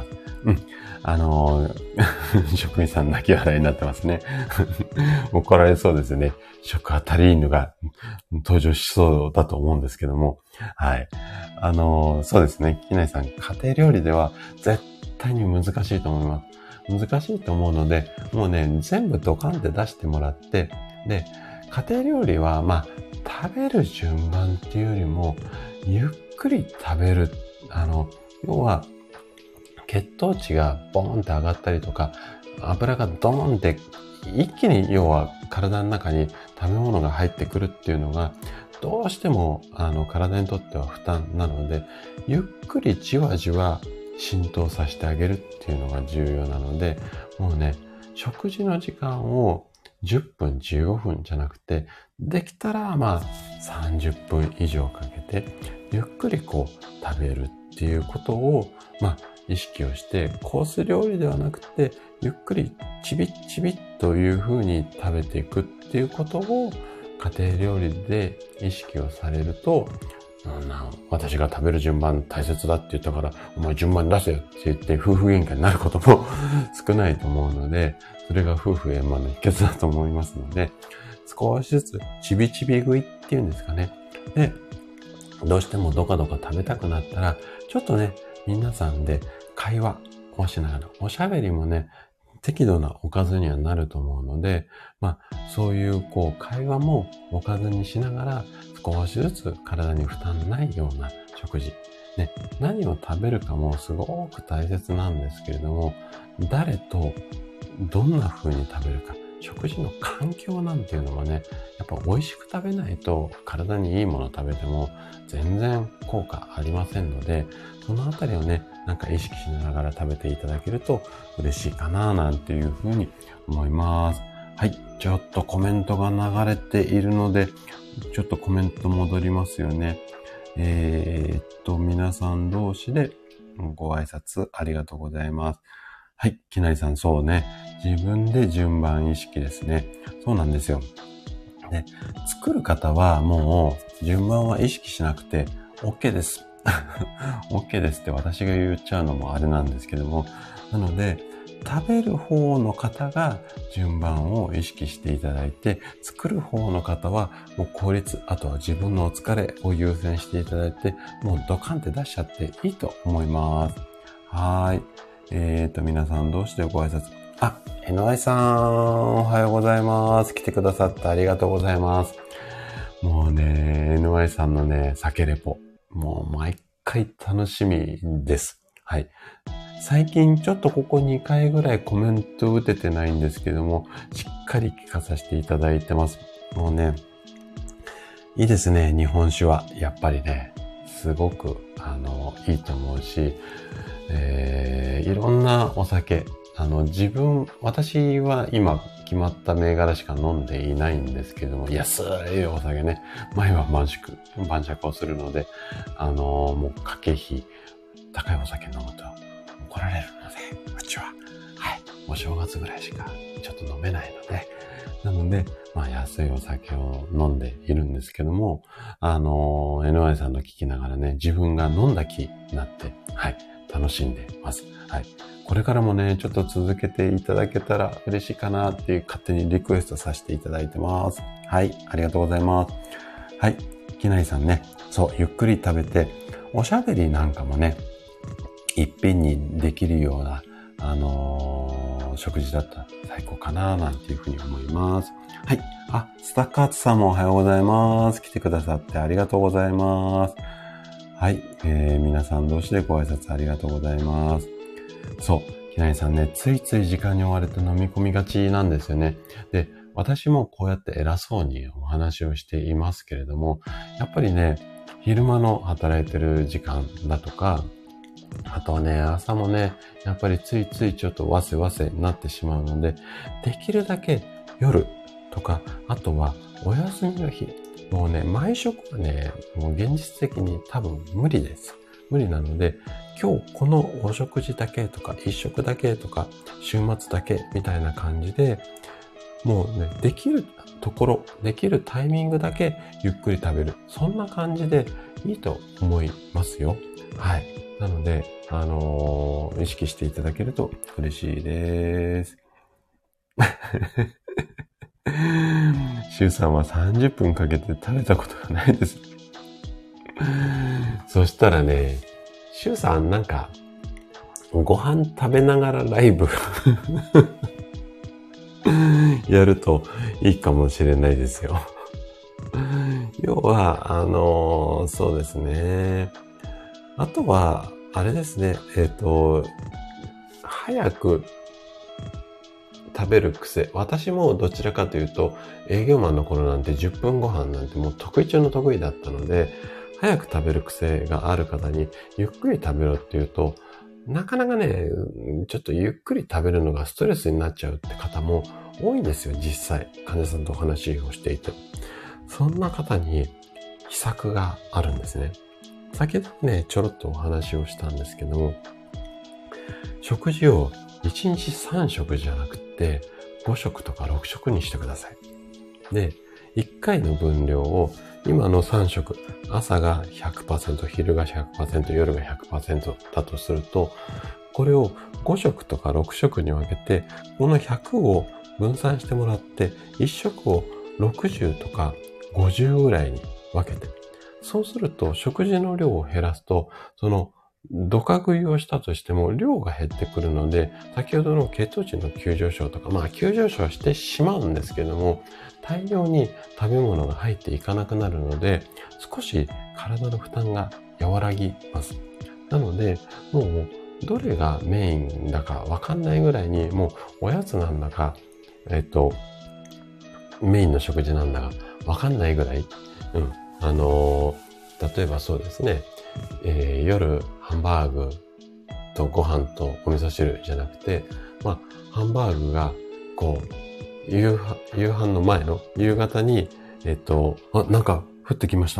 職員さん泣き笑いになってますね。怒られそうですね。食あたり犬が登場しそうだと思うんですけども。はい。そうですね。きなりさん、家庭料理では絶対に難しいと思います。難しいと思うので、もうね、全部ドカンって出してもらって、で、家庭料理は、食べる順番っていうよりも、ゆっくり食べる。要は、血糖値がボーンって上がったりとか、油がドーンって一気に要は体の中に食べ物が入ってくるっていうのが、どうしても体にとっては負担なので、ゆっくりじわじわ浸透させてあげるっていうのが重要なので、もうね、食事の時間を10分、15分じゃなくて、できたら30分以上かけて、ゆっくりこう食べるっていうことを、意識をして、コース料理ではなくて、ゆっくりちびっちびっという風に食べていくっていうことを家庭料理で意識をされると、私が食べる順番大切だって言ったから、お前順番出せよって言って夫婦喧嘩になることも少ないと思うので、それが夫婦円満の秘訣だと思いますので、少しずつちびちび食いっていうんですかね。で、どうしてもどかどか食べたくなったら、ちょっとね、皆さんで会話をしながら、おしゃべりもね、適度なおかずにはなると思うので、そういう会話もおかずにしながら、少しずつ体に負担ないような食事。ね、何を食べるかもすごく大切なんですけれども、誰とどんな風に食べるか、食事の環境なんていうのもね、やっぱ美味しく食べないと体にいいものを食べても全然効果ありませんので、そのあたりをね、意識しながら食べていただけると嬉しいかななんていうふうに思います。はい。ちょっとコメントが流れているので、ちょっとコメント戻りますよね。皆さん同士でご挨拶ありがとうございます。はい。きなりさん、そうね。自分で順番意識ですね。そうなんですよ。で、作る方はもう順番は意識しなくて OK です。OK ですって私が言っちゃうのもあれなんですけども。なので、食べる方の方が順番を意識していただいて、作る方の方はもう効率、あとは自分のお疲れを優先していただいて、もうドカンって出しちゃっていいと思います。はい。皆さんどうしてご挨拶。NY さん、おはようございます。来てくださってありがとうございます。もうね、NY さんのね、酒レポ。もう毎回楽しみです。はい。最近ちょっとここ2回ぐらいコメント打ててないんですけども、しっかり聞かさせていただいてます。もうね、いいですね、日本酒は。やっぱりね、すごく、いいと思うし、いろんなお酒、私は今決まった銘柄しか飲んでいないんですけども、安いお酒ね、毎晩晩酌をするので、もう家計費、高いお酒飲むと怒られるので、うちは、はい、お正月ぐらいしかちょっと飲めないので、なので、安いお酒を飲んでいるんですけども、NY さんの聞きながらね、自分が飲んだ気になって、はい、楽しんでます。はい。これからもね、ちょっと続けていただけたら嬉しいかなっていう勝手にリクエストさせていただいてます。はい、ありがとうございます。はい、きなりさんね、そう、ゆっくり食べて、おしゃべりなんかもね、いっぺんにできるような、 食事だったら最高かななんていうふうに思います。はい。スタッカーツさんもおはようございます。来てくださってありがとうございます。はい。皆さん同士でご挨拶ありがとうございます。そう。きなりさんね、ついつい時間に追われて飲み込みがちなんですよね。で、私もこうやって偉そうにお話をしていますけれども、やっぱりね、昼間の働いてる時間だとか、あとはね、朝もね、やっぱりついついちょっとわせわせになってしまうので、できるだけ夜とか、あとはお休みの日、もうね、毎食はね、もう現実的に多分無理です。無理なので、今日このお食事だけとか、一食だけとか、週末だけみたいな感じで、もうね、できるところ、できるタイミングだけゆっくり食べる。そんな感じでいいと思いますよ。はい。なので、意識していただけると嬉しいです。シュウさんは30分かけて食べたことがないです。そしたらね、シュウさんなんか、ご飯食べながらライブやるといいかもしれないですよ。要は、そうですね。あとは、あれですね、早く食べる癖。私もどちらかというと、営業マンの頃なんて10分ご飯なんてもう得意中の得意だったので、早く食べる癖がある方にゆっくり食べろっていうと、なかなかね、ちょっとゆっくり食べるのがストレスになっちゃうって方も多いんですよ、実際。患者さんとお話をしていて。そんな方に秘策があるんですね。先ほどね、ちょろっとお話をしたんですけども、食事を1日3食じゃなくて、5食とか6食にしてください。で、1回の分量を今の3食、朝が 100%、昼が 100%、夜が 100% だとすると、これを5食とか6食に分けて、この100を分散してもらって、1食を60とか50ぐらいに分けて、そうすると食事の量を減らすと、そのドカ食いをしたとしても量が減ってくるので、先ほどの血糖値の急上昇とか、急上昇してしまうんですけども、大量に食べ物が入っていかなくなるので、少し体の負担が和らぎます。なので、もうどれがメインだかわかんないぐらいに、もうおやつなんだか、メインの食事なんだかわかんないぐらい、例えばそうですね、夜ハンバーグとご飯とお味噌汁じゃなくて、ハンバーグが夕飯の前の夕方に、なんか降ってきました。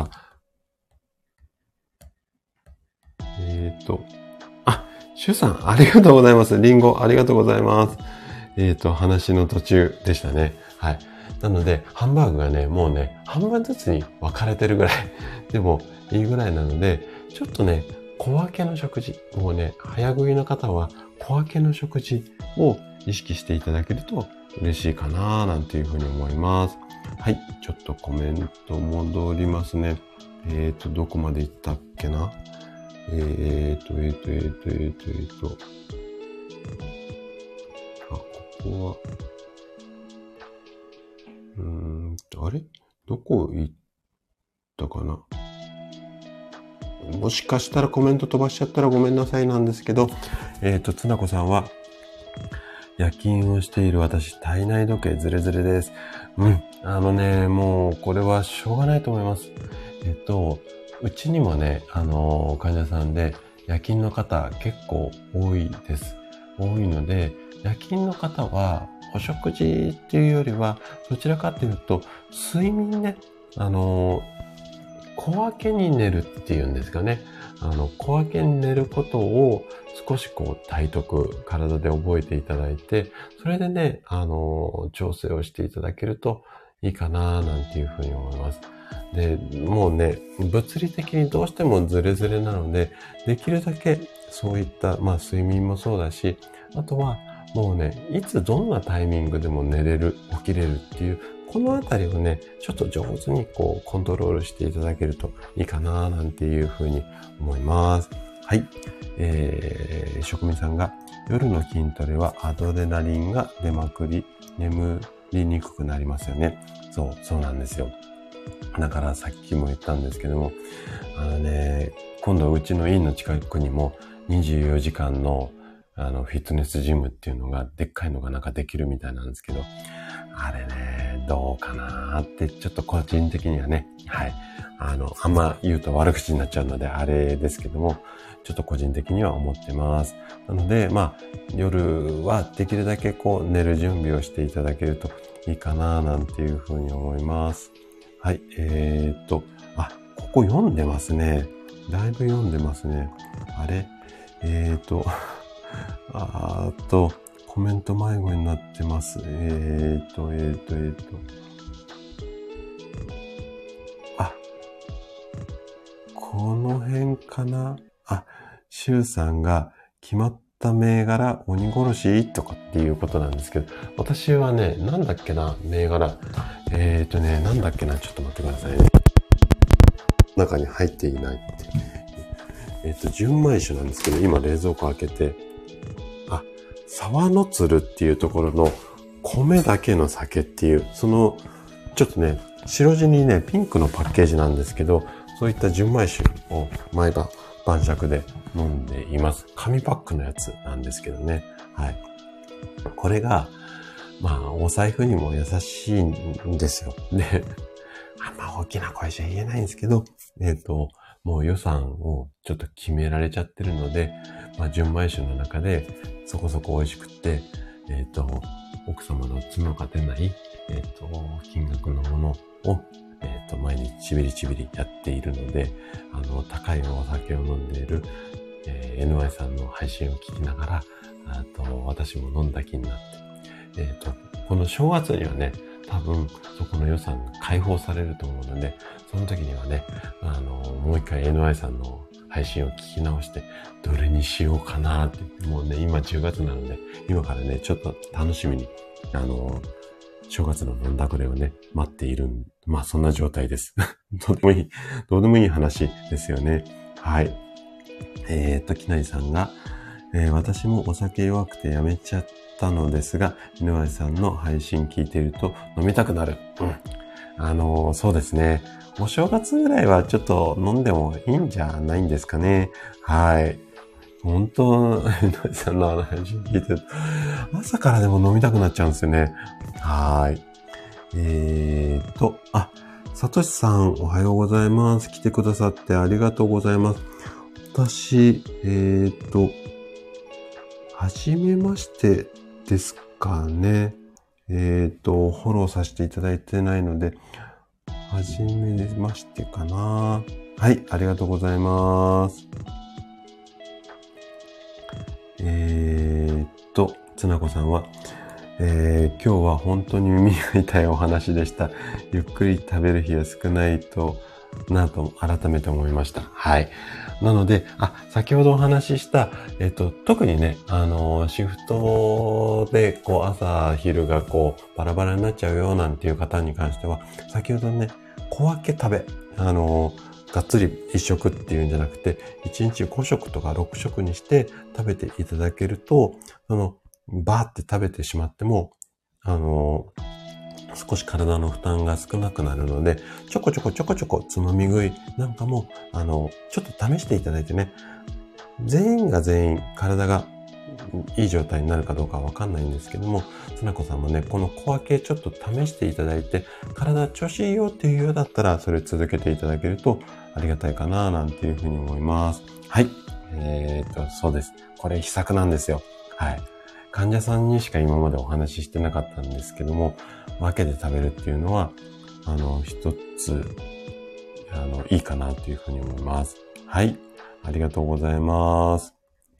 シュウさん、ありがとうございます。リンゴ、ありがとうございます。話の途中でしたね。はい。なので、ハンバーグがね、もうね、半分ずつに分かれてるぐらいでもいいぐらいなので、ちょっとね、小分けの食事、もうね、早食いの方は小分けの食事を意識していただけると嬉しいかななんていうふうに思います。はい。ちょっとコメント戻りますね。どこまで行ったっけな。ここは、あれどこ行ったかな。もしかしたらコメント飛ばしちゃったらごめんなさいなんですけど、つなこさんは、夜勤をしている私、体内時計ズレズレです。もう、これはしょうがないと思います。うちにもね、患者さんで夜勤の方結構多いです。多いので、夜勤の方は、お食事っていうよりは、どちらかというと、睡眠ね、小分けに寝るっていうんですかね。小分けに寝ることを少し体得、体で覚えていただいて、それでね、調整をしていただけるといいかななんていうふうに思います。で、もうね、物理的にどうしてもズレズレなので、できるだけそういった、睡眠もそうだし、あとはもうね、いつどんなタイミングでも寝れる、起きれるっていう、このあたりをね、ちょっと上手にコントロールしていただけるといいかななんていうふうに思います。はい。職人さんが夜の筋トレはアドレナリンが出まくり、眠りにくくなりますよね。そうなんですよ。だからさっきも言ったんですけども、今度うちの院の近くにも24時間のフィットネスジムっていうのが、でっかいのがなんかできるみたいなんですけど、あれね、どうかなーってちょっと個人的にはね、はい。あんま言うと悪口になっちゃうのであれですけども、ちょっと個人的には思ってます。なので、夜はできるだけ寝る準備をしていただけるといいかななんていうふうに思います。はい、ここ読んでますね。だいぶ読んでますね。あれコメント迷子になってます。この辺かな？シュウさんが決まった銘柄鬼殺しとかっていうことなんですけど、私はね、なんだっけな、銘柄。なんだっけな、ちょっと待ってくださいね。中に入っていないって。純米酒なんですけど、今冷蔵庫開けて、沢の鶴っていうところの米だけの酒っていう、ちょっとね、白地にね、ピンクのパッケージなんですけど、そういった純米酒を毎晩晩酌で飲んでいます。紙パックのやつなんですけどね。はい。これが、お財布にも優しいんですよ。で、あんま大きな声じゃ言えないんですけど、もう予算をちょっと決められちゃってるので、純米酒の中でそこそこ美味しくって、奥様の角が出ない、金額のものを、毎日ちびりちびりやっているので、高いお酒を飲んでいる、NY さんの配信を聞きながら、私も飲んだ気になって、この正月にはね、多分そこの予算が解放されると思うので、その時にはね、もう一回 NY さんの配信を聞き直して、どれにしようかなって、もうね、今10月なので、今からね、ちょっと楽しみに、正月の飲んだくれをね、待っている、そんな状態です。どうでもいい話ですよね。はい。きなりさんが、私もお酒弱くてやめちゃったのですが、井上さんの配信聞いていると飲みたくなる。そうですね。お正月ぐらいはちょっと飲んでもいいんじゃないんですかね。はい。本当、井上さんの配信聞いてると、朝からでも飲みたくなっちゃうんですよね。はい。さとしさんおはようございます。来てくださってありがとうございます。私、はじめましてですかね。フォローさせていただいてないので、はじめましてかな。はい、ありがとうございます。つなこさんは、今日は本当に耳が痛いお話でした。ゆっくり食べる日は少ないと改めて思いました。はい。なので、先ほどお話しした、特にね、シフトで、朝、昼がバラバラになっちゃうよ、なんていう方に関しては、先ほどね、小分け食べ、がっつり1食っていうんじゃなくて、1日5食とか6食にして食べていただけると、バーって食べてしまっても、少し体の負担が少なくなるので、ちょこちょこつまみ食いなんかも、ちょっと試していただいてね、全員が全員体がいい状態になるかどうかはわかんないんですけども、つなこさんもね、この小分けちょっと試していただいて、体調子いいよっていうようだったら、それ続けていただけるとありがたいかな、なんていうふうに思います。はい。そうです。これ秘策なんですよ。はい。患者さんにしか今までお話ししてなかったんですけども、分けて食べるっていうのは、一つ、いいかなというふうに思います。はい。ありがとうございます。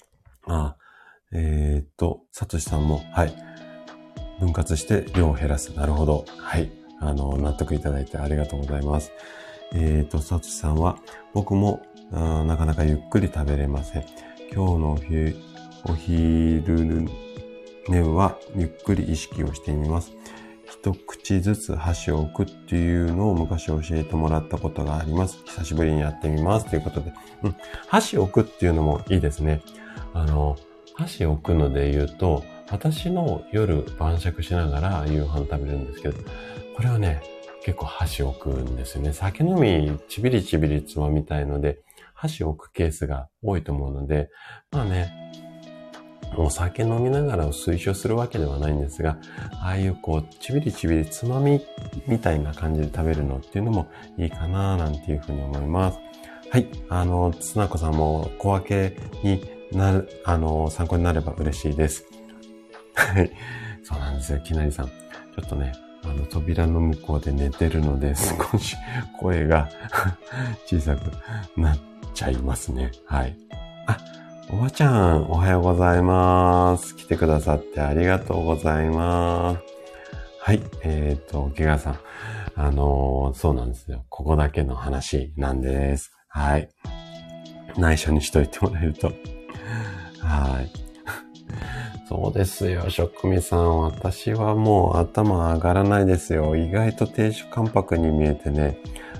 さとしさんも、はい。分割して量を減らす。なるほど。はい。納得いただいてありがとうございます。さとしさんは、僕も、なかなかゆっくり食べれません。今日のお昼寝はゆっくり意識をしてみます。一口ずつ箸を置くっていうのを昔教えてもらったことがあります。久しぶりにやってみますということで。箸を置くっていうのもいいですね。 箸置くので言うと、私の夜晩酌しながら夕飯食べるんですけど、これはね、結構箸置くんですよね。酒飲みちびりちびりつまみたいので、箸置くケースが多いと思うので、まあね、お酒飲みながらを推奨するわけではないんですが、ああいうちびりちびりつまみみたいな感じで食べるのっていうのもいいかななんていうふうに思います。はい。つなこさんも小分けに参考になれば嬉しいです。はい。そうなんですよ。きなりさん。ちょっとね、扉の向こうで寝てるので、少し声が小さくなっちゃいますね。はい。おばちゃん、おはようございます。来てくださってありがとうございます。はい。けがさん。そうなんですよ。ここだけの話なんです。はい。内緒にしといてもらえると。はい。そうですよ、職味さん。私はもう頭上がらないですよ。意外と亭主関白に見えてね。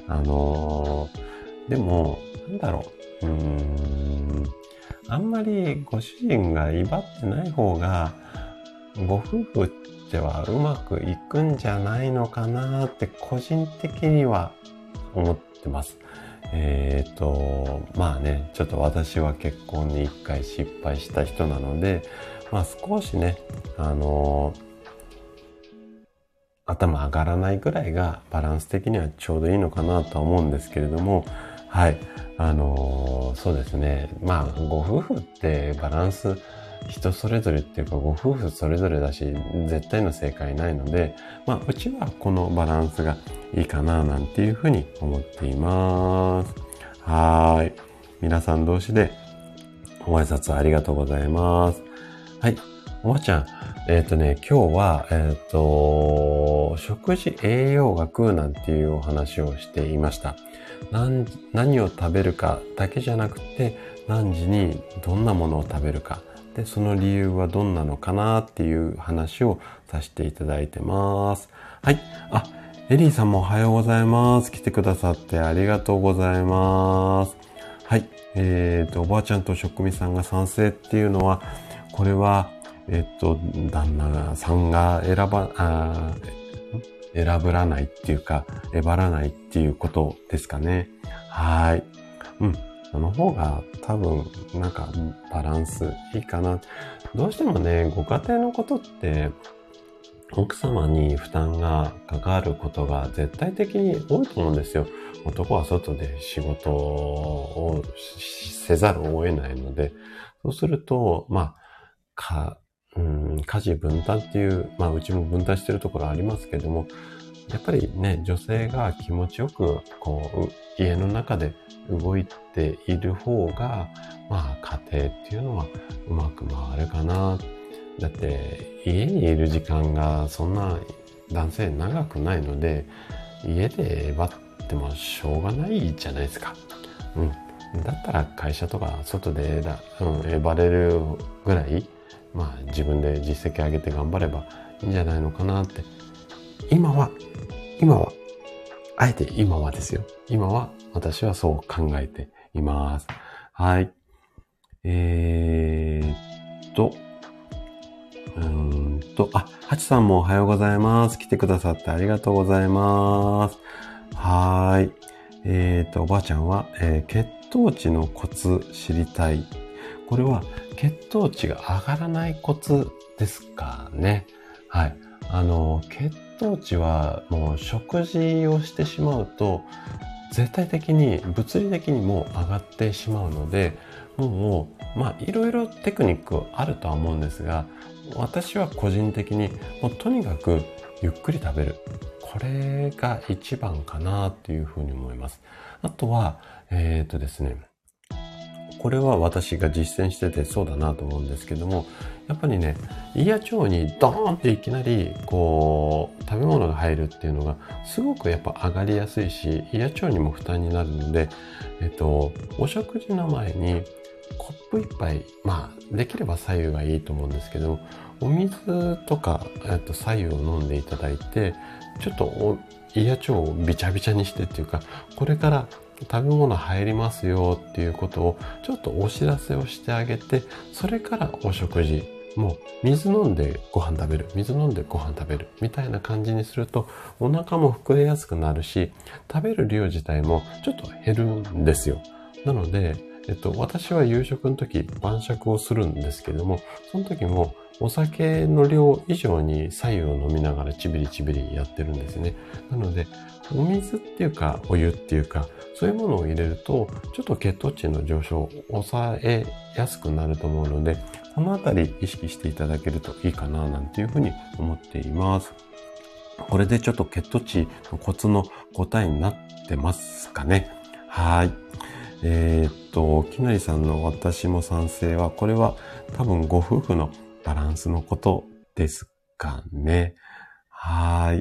でも、なんだろう。あんまりご主人が威張ってない方が、ご夫婦ってはうまくいくんじゃないのかなって個人的には思ってます。まあね、ちょっと私は結婚に一回失敗した人なので、まあ少しね、頭上がらないぐらいがバランス的にはちょうどいいのかなとは思うんですけれども、はい。そうですね。まあ、ご夫婦ってバランス人それぞれっていうかご夫婦それぞれだし、絶対の正解ないので、まあ、うちはこのバランスがいいかななんていうふうに思っています。はーい。皆さん同士でご挨拶ありがとうございます。はい。おばちゃん。今日は、食事栄養学なんていうお話をしていました。何を食べるかだけじゃなくて、何時にどんなものを食べるか。で、その理由はどんなのかなっていう話をさせていただいてます。はい。エリーさんもおはようございます。来てくださってありがとうございます。はい。おばあちゃんと食味さんが賛成っていうのは、これは、旦那さんが選ぶらないっていうか、選ばないっていうことですかね。はい。その方が多分、なんかバランスいいかな。どうしてもね、ご家庭のことって、奥様に負担がかかることが絶対的に多いと思うんですよ。男は外で仕事をせざるを得ないので、そうすると、家事分担っていう、うちも分担してるところありますけども、やっぱりね、女性が気持ちよく、家の中で動いている方が、家庭っていうのはうまく回るかな。だって、家にいる時間がそんな男性長くないので、家で奪ってもしょうがないじゃないですか。だったら会社とか外で選ばれるぐらい、自分で実績上げて頑張ればいいんじゃないのかなって。今は、あえて今はですよ。今は私はそう考えています。はい。ハチさんもおはようございます。来てくださってありがとうございます。はーい。おばあちゃんは、血糖値のコツ知りたい。これは血糖値が上がらないコツですかね。はい。血糖値はもう食事をしてしまうと、絶対的に物理的にも上がってしまうので、もういろいろテクニックあるとは思うんですが、私は個人的にもうとにかくゆっくり食べる。これが一番かなっていうふうに思います。あとは、ですね、これは私が実践しててそうだなと思うんですけども、やっぱりね、胃や腸にドーンっていきなり、食べ物が入るっていうのが、すごくやっぱ上がりやすいし、胃や腸にも負担になるので、お食事の前に、コップ一杯、できれば白湯がいいと思うんですけど、お水とか、白湯を飲んでいただいて、ちょっと胃や腸をビチャビチャにしてっていうか、これから食べ物入りますよっていうことをちょっとお知らせをしてあげて、それからお食事、もう水飲んでご飯食べる、水飲んでご飯食べるみたいな感じにするとお腹も膨れやすくなるし、食べる量自体もちょっと減るんですよ。なので、私は夕食の時晩酌をするんですけれども、その時もお酒の量以上に白湯を飲みながらちびりちびりやってるんですね。なので、お水っていうかお湯っていうか、そういうものを入れると、ちょっと血糖値の上昇を抑えやすくなると思うので、このあたり意識していただけるといいかななんていうふうに思っています。これでちょっと血糖値のコツの答えになってますかね。はい。きなりさんの私も賛成は、これは多分ご夫婦のバランスのことですかね。はい。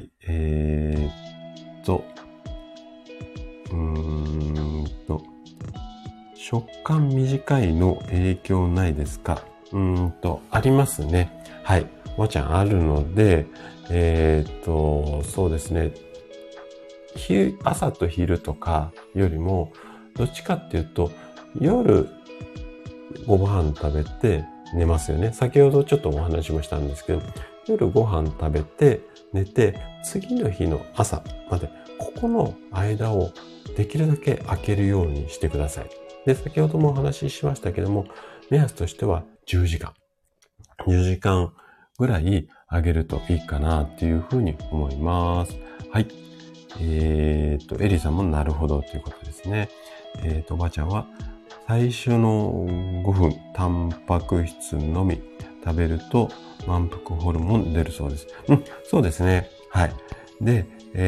食感短いの影響ないですか？ありますね。はい。もちゃんあるので、そうですね。朝と昼とかよりも、どっちかっていうと、夜ご飯食べて寝ますよね。先ほどちょっとお話もしたんですけど、夜ご飯食べて寝て、次の日の朝まで、ここの間をできるだけ空けるようにしてください。で、先ほどもお話ししましたけども、目安としては10時間。10時間ぐらい上げるといいかなっていうふうに思います。はい。エリーさんもなるほどということですね。おばあちゃんは最初の5分、タンパク質のみ食べると満腹ホルモン出るそうです。そうですね。はい。で、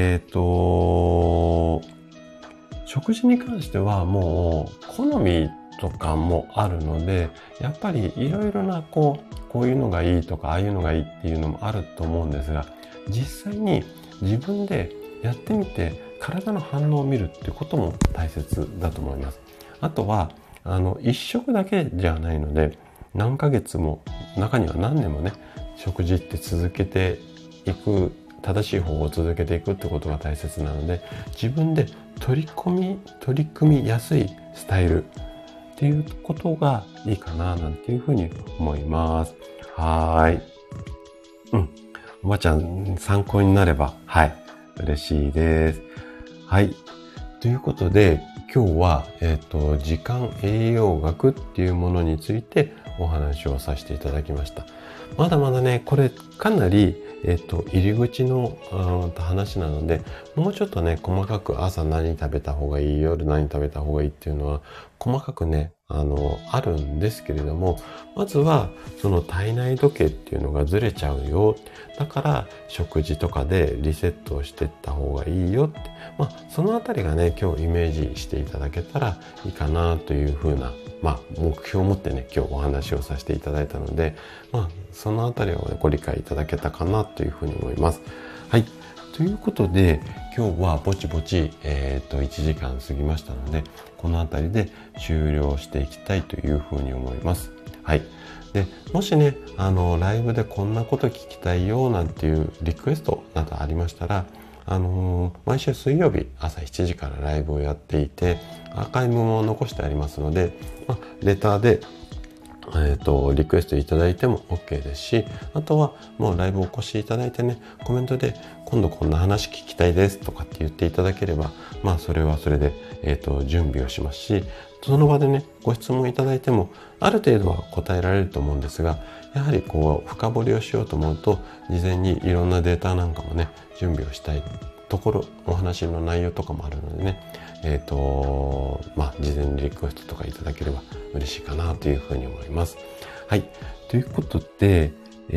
食事に関してはもう好みとかもあるので、やっぱりいろいろなこういうのがいいとか、ああいうのがいいっていうのもあると思うんですが、実際に自分でやってみて体の反応を見るってことも大切だと思います。あとは、一食だけじゃないので、何ヶ月も、中には何年もね、食事って続けていく、正しい方法を続けていくってことが大切なので、自分で取り組みやすいスタイルっていうことがいいかななんていうふうに思います。はい。おばちゃん参考になれば、はい。嬉しいです。はい。ということで、今日は、時間栄養学っていうものについてお話をさせていただきました。まだまだね、これかなり、入り口の話なので、もうちょっとね、細かく朝何食べた方がいい、夜何食べた方がいいっていうのは、細かくね、あるんですけれども、まずは、その体内時計っていうのがずれちゃうよ。だから、食事とかでリセットをしていった方がいいよって。そのあたりがね、今日イメージしていただけたらいいかなというふうな、目標を持ってね、今日お話をさせていただいたので、そのあたりを、ね、ご理解いただけたかなというふうに思います。はい。ということで、今日はぼちぼち、1時間過ぎましたので、このあたりで終了していきたいというふうに思います。はい。で、もしね、ライブでこんなこと聞きたいよなんていうリクエストなどありましたら、毎週水曜日朝7時からライブをやっていて、アーカイブも残してありますので、レターでリクエストいただいても OK ですし、あとはもうライブお越しいただいてね、コメントで今度こんな話聞きたいですとかって言っていただければ、それはそれで、準備をしますし、その場でね、ご質問いただいても、ある程度は答えられると思うんですが、やはり深掘りをしようと思うと、事前にいろんなデータなんかもね、準備をしたいところ、お話の内容とかもあるのでね、事前にリクエストとかいただければ嬉しいかなというふうに思います。はい。ということで、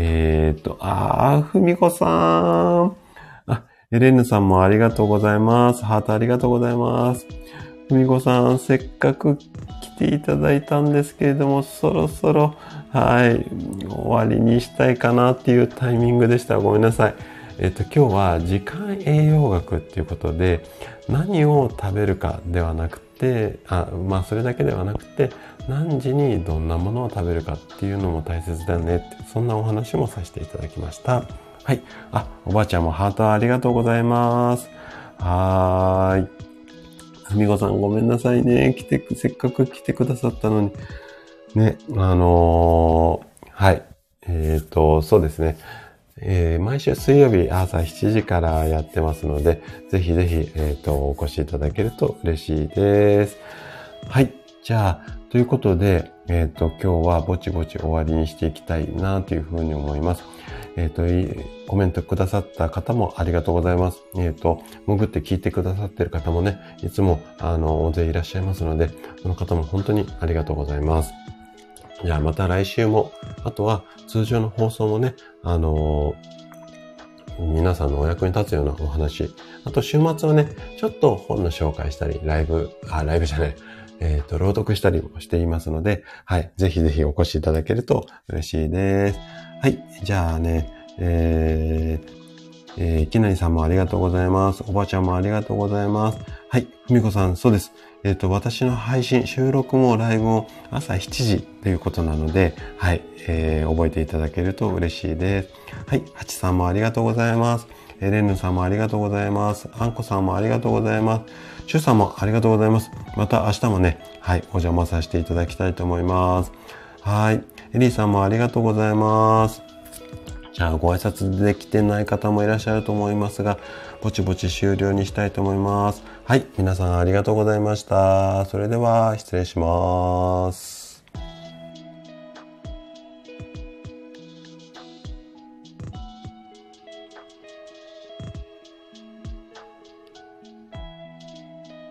ふみこさん。エレンヌさんもありがとうございます。ハートありがとうございます。ふみこさん、せっかく来ていただいたんですけれども、そろそろ、終わりにしたいかなっていうタイミングでした。ごめんなさい。今日は時間栄養学っていうことで、何を食べるかではなくて、それだけではなくて、何時にどんなものを食べるかっていうのも大切だよねって、そんなお話もさせていただきました。はい。おばあちゃんもハートありがとうございます。 ふみこさんごめんなさいね。せっかく来てくださったのに。ね、はい。そうですね。毎週水曜日朝7時からやってますので、ぜひぜひ、お越しいただけると嬉しいです。はい。じゃあ、ということで、今日はぼちぼち終わりにしていきたいなというふうに思います。コメントくださった方もありがとうございます。潜って聞いてくださっている方もね、いつも、大勢いらっしゃいますので、その方も本当にありがとうございます。じゃあまた来週も、あとは通常の放送もね、皆さんのお役に立つようなお話、あと週末はね、ちょっと本の紹介したり、ライブじゃない、朗読したりもしていますので、はい、ぜひぜひお越しいただけると嬉しいです。はい、じゃあね、きなりさんもありがとうございます。おばちゃんもありがとうございます。はい、ふみこさん、そうです。私の配信、収録もライブも朝7時ということなので、はい、覚えていただけると嬉しいです。はい、はちさんもありがとうございます。レンヌさんもありがとうございます。あんこさんもありがとうございます。シュさんもありがとうございます。また明日もね、はい、お邪魔させていただきたいと思います。はい、エリーさんもありがとうございます。じゃあご挨拶できてない方もいらっしゃると思いますが、ぼちぼち終了にしたいと思います。はい、皆さんありがとうございました。それでは失礼します。